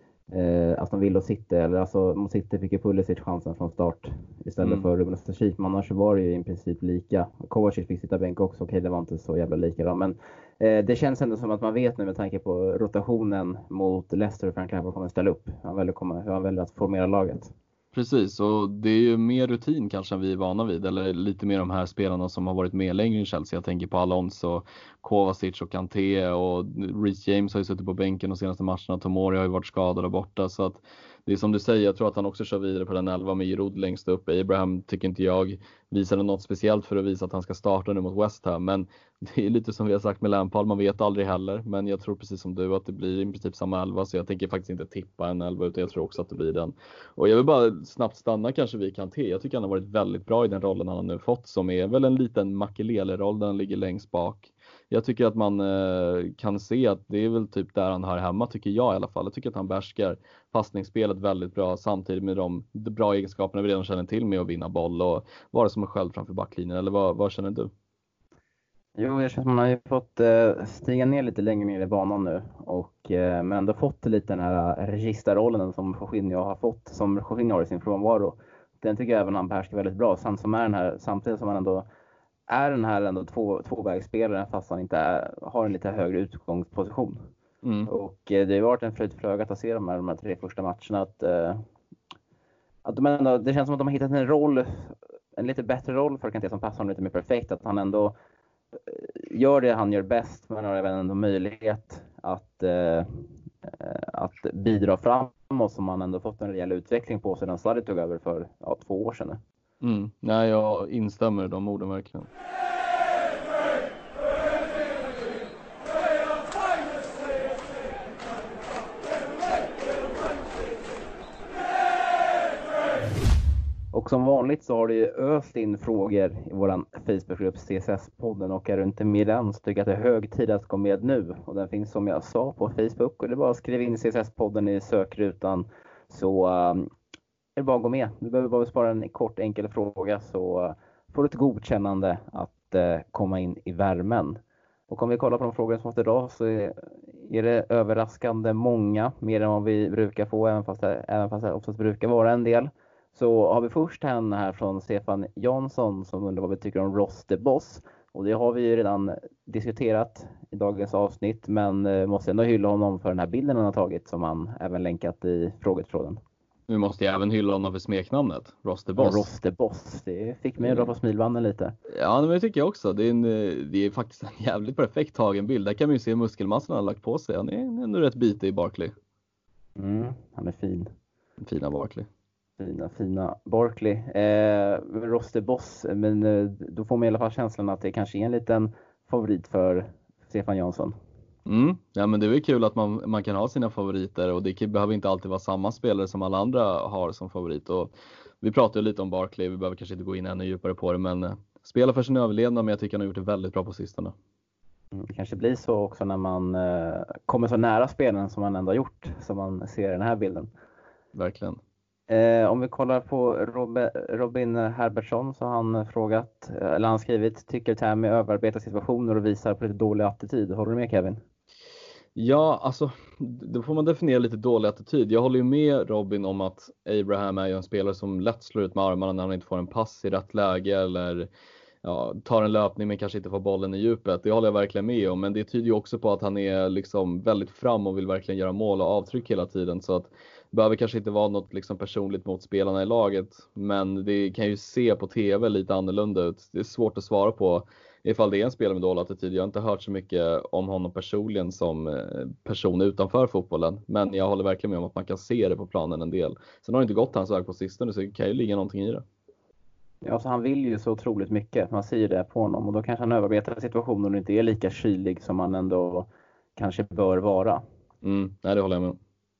eh, Aston Villa och City. Eller alltså mot City fick ju Pulisic chansen från start istället mm. för Ruben Österkik. Men annars var det ju i princip lika. Kovacic fick sitta bänk också. Okej, det var inte så jävla lika då. Men eh, det känns ändå som att man vet nu med tanke på rotationen mot Leicester och Frank Lampard kommer att ställa upp. Han väljer, kommer, han väljer att formera laget. Precis, och det är ju mer rutin kanske än vi är vana vid, eller lite mer de här spelarna som har varit med längre i Chelsea. Jag tänker på Alonso, Kovacic och Kanté, och Reece James har ju suttit på bänken de senaste matcherna. Tomori har ju varit skadad och borta, så att det är som du säger, jag tror att han också kör vidare på den elva med Giroud längst upp. Abraham tycker inte jag visade något speciellt för att visa att han ska starta nu mot West Ham, men det är lite som vi har sagt med Lampard, man vet aldrig heller. Men jag tror precis som du att det blir i princip samma elva, så jag tänker faktiskt inte tippa en elva, utan jag tror också att det blir den. Och jag vill bara snabbt stanna kanske vid Kanté. Jag tycker han har varit väldigt bra i den rollen han har nu fått, som är väl en liten Makelele-roll där han ligger längst bak. Jag tycker att man eh, kan se att det är väl typ där han hör hemma, tycker jag i alla fall. Jag tycker att han bärskar passningsspelet väldigt bra, samtidigt med de, de bra egenskaperna vi redan känner till med att vinna boll och vara som en själv framför backlinjen. Eller vad, vad känner du? Jo, jag känner att man har ju fått eh, stiga ner lite längre ner i banan nu. Och, eh, men ändå fått lite den här registerrollen som Jorginho har fått, som Jorginho har i sin frånvaro. Den tycker jag även han behärskar väldigt bra. Samt som är den här, samtidigt som han ändå är den här ändå två, tvåvägsspelaren, fast han inte är, har en lite högre utgångsposition. Mm. Och eh, det har varit en fröjd för ögat att se de här, de här tre första matcherna. Att, eh, att de ändå, det känns som att de har hittat en roll, en lite bättre roll för Kanté som passar honom lite mer perfekt. Att han ändå gör det han gör bäst, men har även ändå möjlighet att, eh, att bidra framåt, som han ändå fått en rejäl utveckling på sedan Sarri tog över för ja, två år sedan nu. Mm. Nej, jag instämmer i de orden verkligen. Och som vanligt så har det ju öst in frågor i våran Facebookgrupp C S S-podden, och är du inte med i den så tycker jag att det är hög tid att gå med nu. Och den finns som jag sa på Facebook, och det är bara att skriva in C S S-podden i sökrutan, så um, är det bara att gå med. Du behöver bara spara en kort enkel fråga, så uh, får du ett godkännande att uh, komma in i värmen. Och om vi kollar på de frågor som måste idag, så är, är det överraskande många, mer än vad vi brukar få, även fast det, även fast det oftast brukar vara en del. Så har vi först en här från Stefan Jansson som undrar vad vi tycker om Ross the Boss. Och det har vi ju redan diskuterat i dagens avsnitt, men eh, måste ändå hylla honom för den här bilden han har tagit, som han även länkat i frågetråden. Vi måste ju även hylla honom för smeknamnet, Ross the Boss. Ross the Boss, det fick mig att dra på smilbanden lite. Ja, men det tycker jag också. Det är, en, det är faktiskt en jävligt perfekt tagen bild. Där kan man ju se muskelmassan han har lagt på sig. Han är ändå rätt bitig i Barkley. Mm, han är fin. Fina Barkley. Fina, fina Barkley. Eh, Ross the Boss, men eh, då får man i alla fall känslan att det kanske är en liten favorit för Stefan Jansson. Mm. Ja, men det är väl kul att man, man kan ha sina favoriter, och det behöver inte alltid vara samma spelare som alla andra har som favorit. Och vi pratade ju lite om Barkley, vi behöver kanske inte gå in ännu djupare på det, men eh, spelar för sin överlevnad, men jag tycker han har gjort det väldigt bra på sistone. Mm, det kanske blir så också när man eh, kommer så nära spelen som man ändå har gjort, som man ser i den här bilden. Verkligen. Eh, om vi kollar på Robin, Robin Herbertsson, så har han frågat, eller han skrivit, tycker Tammy överarbetar situationer och visar på lite dålig attityd. Håller du med, Kevin? Ja, alltså då får man definiera lite dålig attityd. Jag håller ju med Robin om att Abraham är ju en spelare som lätt slår ut med armarna när han inte får en pass i rätt läge, eller ja, tar en löpning men kanske inte får bollen i djupet. Det håller jag verkligen med om, men det tyder ju också på att han är liksom väldigt fram och vill verkligen göra mål och avtryck hela tiden. Så att det behöver kanske inte vara något liksom personligt mot spelarna i laget, men det kan ju se på tv lite annorlunda ut. Det är svårt att svara på ifall det är en spelare med dålig attityd. Jag har inte hört så mycket om honom personligen som person utanför fotbollen, men jag håller verkligen med om att man kan se det på planen en del. Sen har det inte gått hans väg på sistone, så det kan ju ligga någonting i det. Ja, så han vill ju så otroligt mycket. Man ser ju det på honom, och då kanske han överarbetar situationer och inte är lika kylig som man ändå kanske bör vara. Mm, nej, det håller jag med om.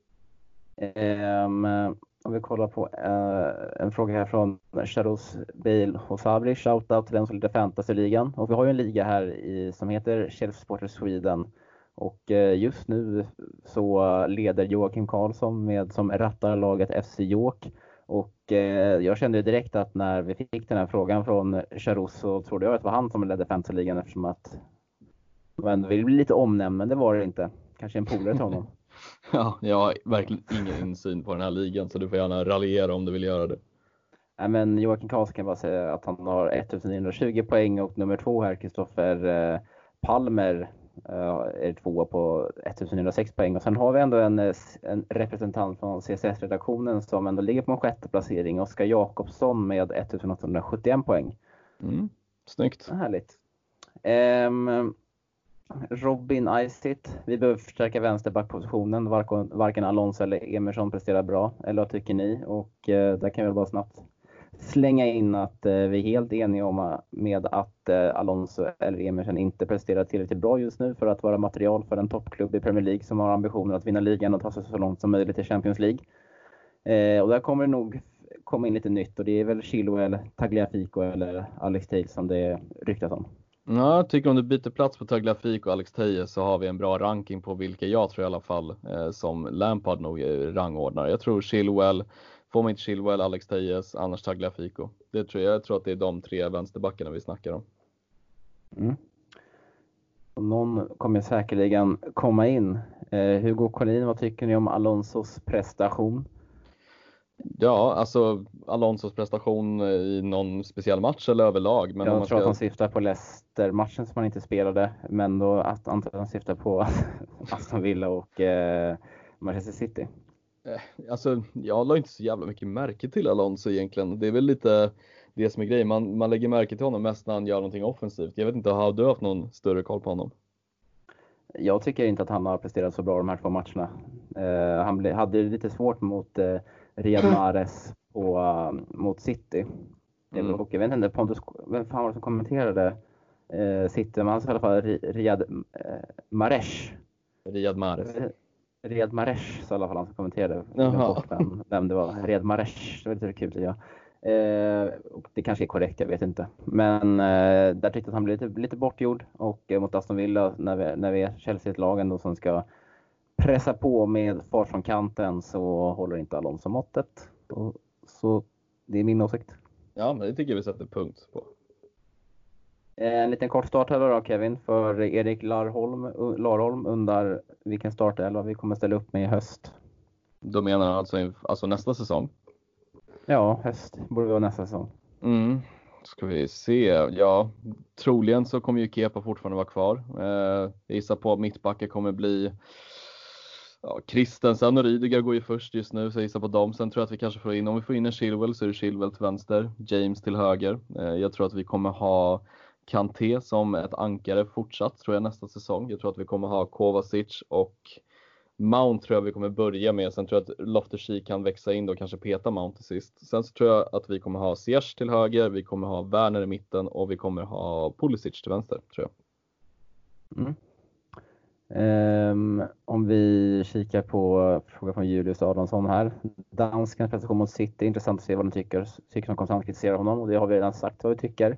Um, om vi kollar på uh, en fråga här från Sharos Bale och Sabri. Shoutout till den som leder Fantasy-ligan. Och vi har ju en liga här i, som heter Chelsea Supporters Sweden. Och uh, just nu så leder Joakim Karlsson med, som rattar laget F C York. Och uh, jag kände direkt att när vi fick den här frågan från Sharos, så trodde jag att det var han som ledde Fantasy-ligan, eftersom att man vill bli lite omnämnd, men det var det inte. Kanske en polare till honom. Ja, jag har verkligen ingen insyn på den här ligan, så du får gärna raljera om du vill göra det. Nej, men Joakim Karlsson kan bara säga att han har ettusenniahundratjugo poäng, och nummer två här, Kristoffer eh, Palmer, eh, är tvåa på ettusenniahundrasex poäng. Och sen har vi ändå en, en representant från C S S-redaktionen som ändå ligger på en sjätte placering, Oskar Jakobsson med ettusenåttahundrasjuttioen poäng. Mm, snyggt. Härligt. Um, Robin Isit, vi behöver förstärka vänsterbackpositionen. Varken, varken Alonso eller Emerson presterar bra. Eller vad tycker ni? Och eh, där kan vi bara snabbt slänga in att eh, vi är helt eniga om uh, med att eh, Alonso eller Emerson inte presterar tillräckligt bra just nu för att vara material för en toppklubb i Premier League som har ambitioner att vinna ligan och ta sig så långt som möjligt till Champions League. Eh, och där kommer det nog komma in lite nytt, och det är väl Chilwell, Tagliafico eller Alex Tales som det ryktas om. Ja, jag tycker om du byter plats på Tagliafico och Alex Tejes, så har vi en bra ranking på vilka jag tror i alla fall eh, som Lampard nog rangordnar. Jag tror Chilwell, får man inte Chilwell, Alex Tejes, annars Tagliafico. Det tror jag, jag tror att det är de tre vänsterbackarna vi snackar om. Mm. Och någon kommer säkerligen komma in. Eh, Hugo Collin, vad tycker ni om Alonsos prestation? Ja, alltså Alonsos prestation i någon speciell match eller överlag. Men jag om man tror ska... att han syftar på Leicester-matchen som han inte spelade. Men då att han syftar på Aston Villa och eh, Manchester City. Alltså jag la inte så jävla mycket märke till Alonso egentligen. Det är väl lite det som är grejen. Man, man lägger märke till honom mest när han gör någonting offensivt. Jag vet inte, har du haft någon större koll på honom? Jag tycker inte att han har presterat så bra de här två matcherna. Eh, han ble, hade lite svårt mot eh, Riyad Mahrez på, uh, mot City. Mm. Och jag vet inte, Pontus, vem fan var det som kommenterade eh, City? Men han sa i alla fall Riyad eh, Mahrez. Riyad Mahrez. Riyad Mahrez sa i alla fall han som kommenterade. Jaha. Vem, vem det var. Riyad Mahrez. Det var lite kul, ja. Eh, och det kanske är korrekt, jag vet inte. Men eh, där tyckte jag att han blev lite, lite bortgjord. Och eh, mot Aston Villa, när vi, när vi är Chelsea-lagen då som ska pressa på med fart från kanten, så håller inte Alonso måttet. Och, så det är min åsikt. Ja, men det tycker jag vi sätter punkt på. En liten kort start här då, Kevin, för Erik Larholm, Larholm undrar vilken startelva vi kommer ställa upp med i höst. Då menar han alltså, alltså nästa säsong? Ja, höst borde vara nästa säsong. Mm, ska vi se. Ja, troligen så kommer ju Kepa fortfarande vara kvar. Eh, jag gissar på att mittbacken kommer bli ja, Christensen och Rydiger går ju först just nu, så jag gissar på dem. Sen tror jag att vi kanske får in, om vi får in en Chilwell så är det Chilwell till vänster, James till höger. Eh, jag tror att vi kommer ha Kanté som ett ankare fortsatt, tror jag, nästa säsong. Jag tror att vi kommer ha Kovacic och Mount tror jag vi kommer börja med. Sen tror jag att Loftus-Cheek kan växa in då och kanske peta Mount till sist. Sen så tror jag att vi kommer ha Ziyech till höger, vi kommer ha Werner i mitten och vi kommer ha Pulisic till vänster, tror jag. Mm. Um, om vi kikar på frågan från Julius Adamsson här. Danskens prestation mot City, intressant att se vad de tycker. Tycker de konstant kritiserar honom, och det har vi redan sagt vad vi tycker.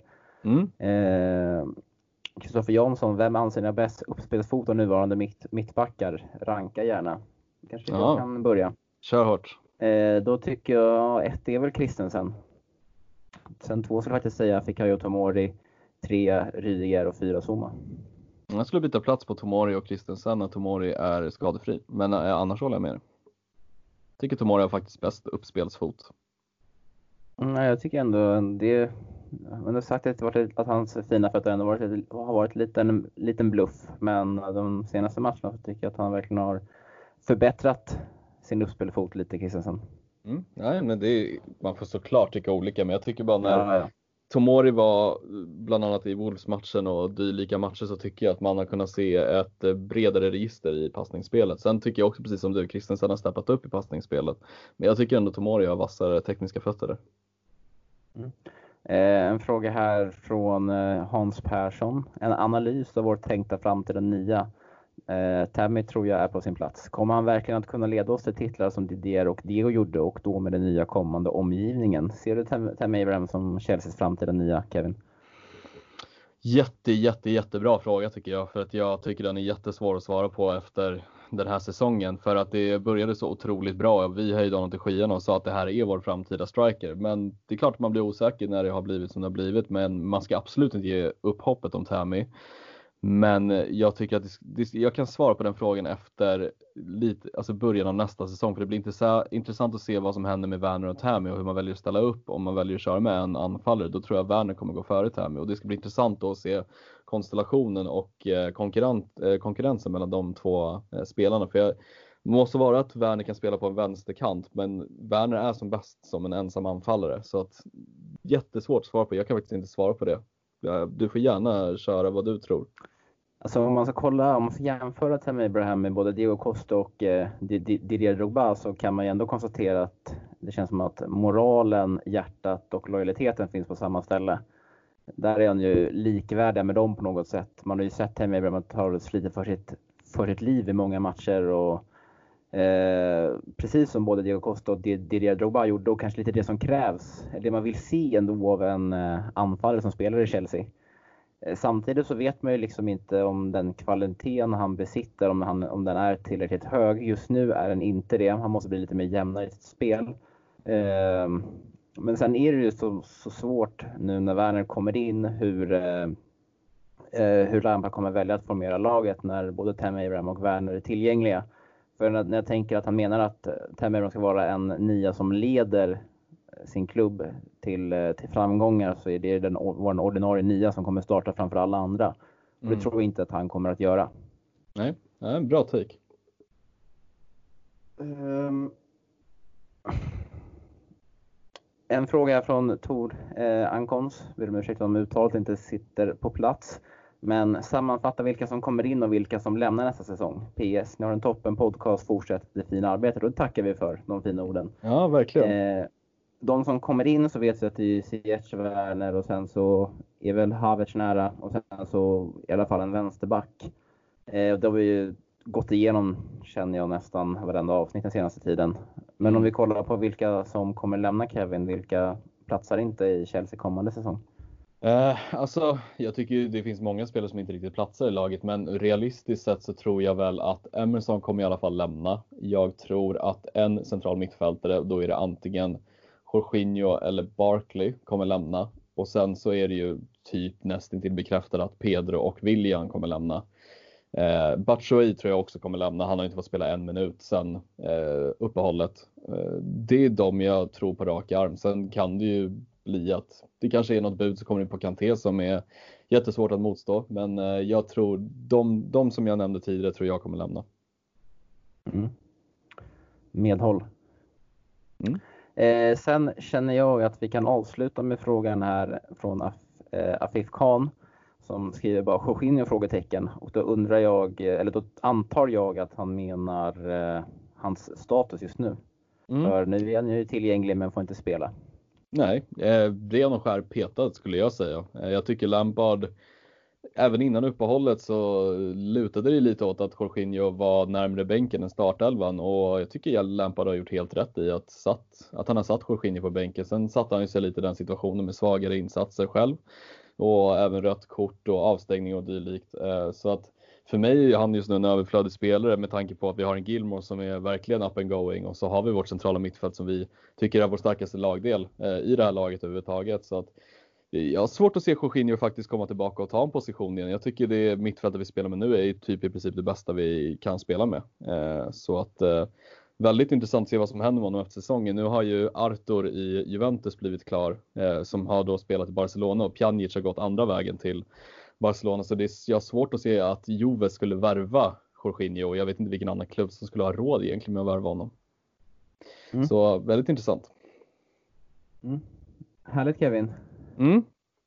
Kristoffer mm. uh, Jansson, vem anser ni är bäst uppspelsfot av nuvarande mitt, mittbackar? Ranka gärna. Kanske ja. Jag kan börja. Kör hårt. Uh, då tycker jag ett är väl Christensen. Sen två skulle jag faktiskt säga Fikayo Tomori, tre Rydiger och fyra Zuma. Jag skulle byta plats på Tomori och Christensen när Tomori är skadefri. Men äh, annars håller jag med. Jag tycker Tomori har faktiskt bäst uppspelsfot. Mm, jag tycker ändå det. Man har sagt att, varit, att hans fina fötter ändå varit, har varit en liten, liten bluff. Men de senaste matcherna så tycker jag att han verkligen har förbättrat sin uppspelsfot lite, Christensen. Mm, nej, men det är, man får såklart tycka olika. Men jag tycker bara när ja, ja. Tomori var bland annat i Wolves-matchen och dylika matcher, så tycker jag att man har kunnat se ett bredare register i passningsspelet. Sen tycker jag också, precis som du, Christensen har steppat upp i passningsspelet. Men jag tycker ändå Tomori har vassare tekniska fötter där. Mm. Eh, en fråga här från eh, Hans Persson. En analys av vår tänkta framtida nia. Eh, Tammy tror jag är på sin plats. Kommer han verkligen att kunna leda oss till titlar som Didier och Diego gjorde, och då med den nya kommande omgivningen? Ser du Tam- Tammy Abraham som Chelseas framtida nia, Kevin? Jätte, jätte, jättebra fråga tycker jag. För att jag tycker den är jättesvår att svara på efter den här säsongen. För att det började så otroligt bra. Vi höjde honom till skyarna och sa att det här är vår framtida striker. Men det är klart att man blir osäker när det har blivit som det har blivit. Men man ska absolut inte ge upp hoppet om Tammy. Men jag tycker att det, det, jag kan svara på den frågan efter lite, alltså början av nästa säsong. För det blir inte så intressant att se vad som händer med Werner och Tammy och hur man väljer att ställa upp. Om man väljer att köra med en anfallare, då tror jag Werner kommer gå före Tammy. Och det ska bli intressant att se konstellationen och eh, konkurrent, eh, konkurrensen mellan de två eh, spelarna. För jag, det måste vara att Werner kan spela på en vänsterkant, men Werner är som bäst som en ensam anfallare. Så att, jättesvårt att svara på. Jag kan faktiskt inte svara på det. Du får gärna köra vad du tror. Alltså om man ska kolla, om man ska jämföra Tammy Abraham med både Diego Costa och eh, Didier Drogba, så kan man ju ändå konstatera att det känns som att moralen, hjärtat och lojaliteten finns på samma ställe. Där är han ju likvärdig med dem på något sätt. Man har ju sett Tammy Abraham ta slitit för sitt, för sitt liv i många matcher, och eh, precis som både Diego Costa och Didier Drogba gjorde, och kanske lite det som krävs, det man vill se ändå av en eh, anfallare som spelar i Chelsea. Samtidigt så vet man ju liksom inte om den kvaliteten han besitter, om, han, om den är tillräckligt hög. Just nu är den inte det. Han måste bli lite mer jämnare i sitt spel. Eh, men sen är det ju så, så svårt nu när Werner kommer in, hur, eh, hur Lampard kommer välja att formera laget när både Tammy Abraham och Werner är tillgängliga. För när, när jag tänker att han menar att Tammy Abraham ska vara en nia som leder sin klubb till, till framgångar, så är det den, vår ordinarie nia som kommer starta framför alla andra. Och det mm. tror jag inte att han kommer att göra. Nej, ja, bra take. Um, en fråga från Tor eh, Ankons. Vill om ursäkta om uttalet inte sitter på plats. Men sammanfatta vilka som kommer in och vilka som lämnar nästa säsong. P S, ni har en toppen podcast, fortsätt det fina arbetet. Och det tackar vi för, de fina orden. Ja, verkligen. Eh, de som kommer in, så vet vi att det är Ziyech, Werner, och sen så är väl Havertz nära, och sen så i alla fall en vänsterback. Eh, det har vi ju gått igenom, känner jag, nästan varenda avsnitt den senaste tiden. Men om vi kollar på vilka som kommer lämna, Kevin, vilka platsar inte i Chelsea kommande säsong? Eh, alltså, jag tycker ju det finns många spelare som inte riktigt platsar i laget, men realistiskt sett så tror jag väl att Emerson kommer i alla fall lämna. Jag tror att en central mittfältare, då är det antingen Jorginho eller Barkley, kommer lämna. Och sen så är det ju typ nästan till bekräftat att Pedro och Willian kommer lämna. Eh, Batshuayi tror jag också kommer lämna. Han har inte fått spela en minut sedan eh, uppehållet. Eh, det är de jag tror på rak arm. Sen kan det ju bli att det kanske är något bud som kommer in på Kanté som är jättesvårt att motstå. Men eh, jag tror de, de som jag nämnde tidigare tror jag kommer lämna. Mm. Medhåll. Mm. Eh, sen känner jag att vi kan avsluta med frågan här från Af- eh, Afif Khan som skriver bara Jorginho frågetecken, och då undrar jag, eller då antar jag att han menar eh, hans status just nu. Mm. För nu är han ju tillgänglig men får inte spela. Nej, eh, ren och skär petad skulle jag säga. Eh, jag tycker Lampard, även innan uppehållet så lutade det lite åt att Jorginho var närmare bänken än startelvan, och jag tycker att Lampard har gjort helt rätt i att, satt, att han har satt Jorginho på bänken. Sen satte han ju sig lite i den situationen med svagare insatser själv och även rött kort och avstängning och dylikt. Så att för mig är han just nu en överflödig spelare med tanke på att vi har en Gilmore som är verkligen up and going, och så har vi vårt centrala mittfält som vi tycker är vår starkaste lagdel i det här laget överhuvudtaget. Så att jag har svårt att se Jorginho faktiskt komma tillbaka och ta en position igen. Jag tycker det mittfältet vi spelar med nu är typ i princip det bästa vi kan spela med. Så att väldigt intressant att se vad som händer med honom efter säsongen. Nu har ju Arthur i Juventus blivit klar, som har då spelat i Barcelona, och Pjanic har gått andra vägen till Barcelona. Så det är, jag har svårt att se att Juve skulle värva Jorginho, och jag vet inte vilken annan klubb som skulle ha råd egentligen med att värva honom. Mm. Så väldigt intressant. Mm. Härligt Kevin. Mm.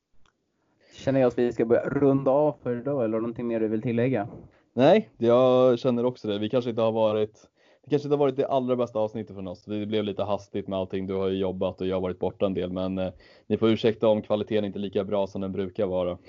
Känner jag att vi ska börja runda av för idag, eller någonting mer du vill tillägga? Nej, jag känner också det. Vi kanske inte har varit Det kanske inte har varit det allra bästa avsnittet från oss. Det blev lite hastigt med allting. Du har ju jobbat och jag har varit borta en del, men eh, ni får ursäkta om kvaliteten inte är lika bra som den brukar vara.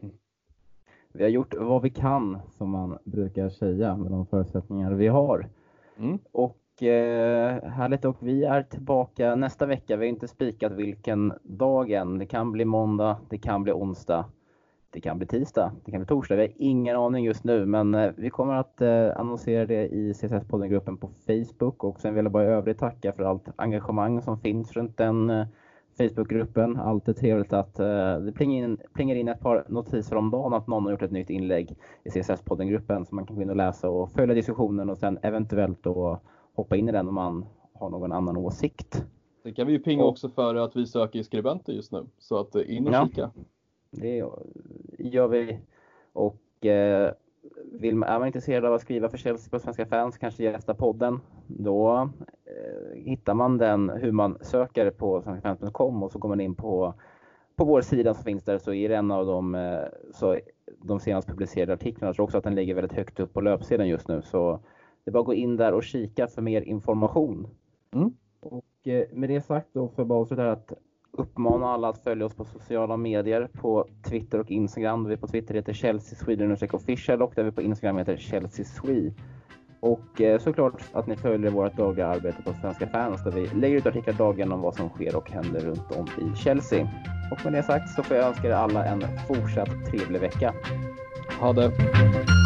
Vi har gjort vad vi kan, som man brukar säga, med de förutsättningar vi har. Mm. Och eh, härligt, och vi är tillbaka nästa vecka. Vi har inte spikat vilken dag än. Det kan bli måndag, det kan bli onsdag, det kan bli tisdag, det kan bli torsdag. Vi har ingen aning just nu, men eh, vi kommer att eh, annonsera det i C S S-podden-gruppen på Facebook. Och sen vill jag bara i övrigt tacka för allt engagemang som finns runt den eh, Facebook-gruppen. Alltid trevligt att eh, det plingar in, plingar in ett par notiser om dagen att någon har gjort ett nytt inlägg i C S S-podden-gruppen, så man kan gå in och läsa och följa diskussionen och sen eventuellt då hoppa in i den om man har någon annan åsikt. Det kan vi ju pinga och, också för att vi söker skribenter just nu, så att in och ja, kika. Det gör vi. Och eh, vill man, är man intresserad av att skriva för Chelsea på Svenska Fans, kanske gästa podden, då eh, hittar man den hur man söker på svenska fans punkt com, och så går man in på på vår sida som finns där, så är det en av de, eh, så de senast publicerade artiklarna. Jag tror också att den ligger väldigt högt upp på löpsidan just nu, så det är bara att gå in där och kika för mer information. Mm. Och eh, med det sagt då får jag bara avsluta att uppmana alla att följa oss på sociala medier på Twitter och Instagram. Där vi på Twitter heter Chelsea Sweden Official, och där vi på Instagram heter Chelsea Swe. Och eh, såklart att ni följer vårt dagliga arbete på Svenska Fans, där vi lägger ut artiklar dagligen om vad som sker och händer runt om i Chelsea. Och med det sagt så får jag önska er alla en fortsatt trevlig vecka. Ha det!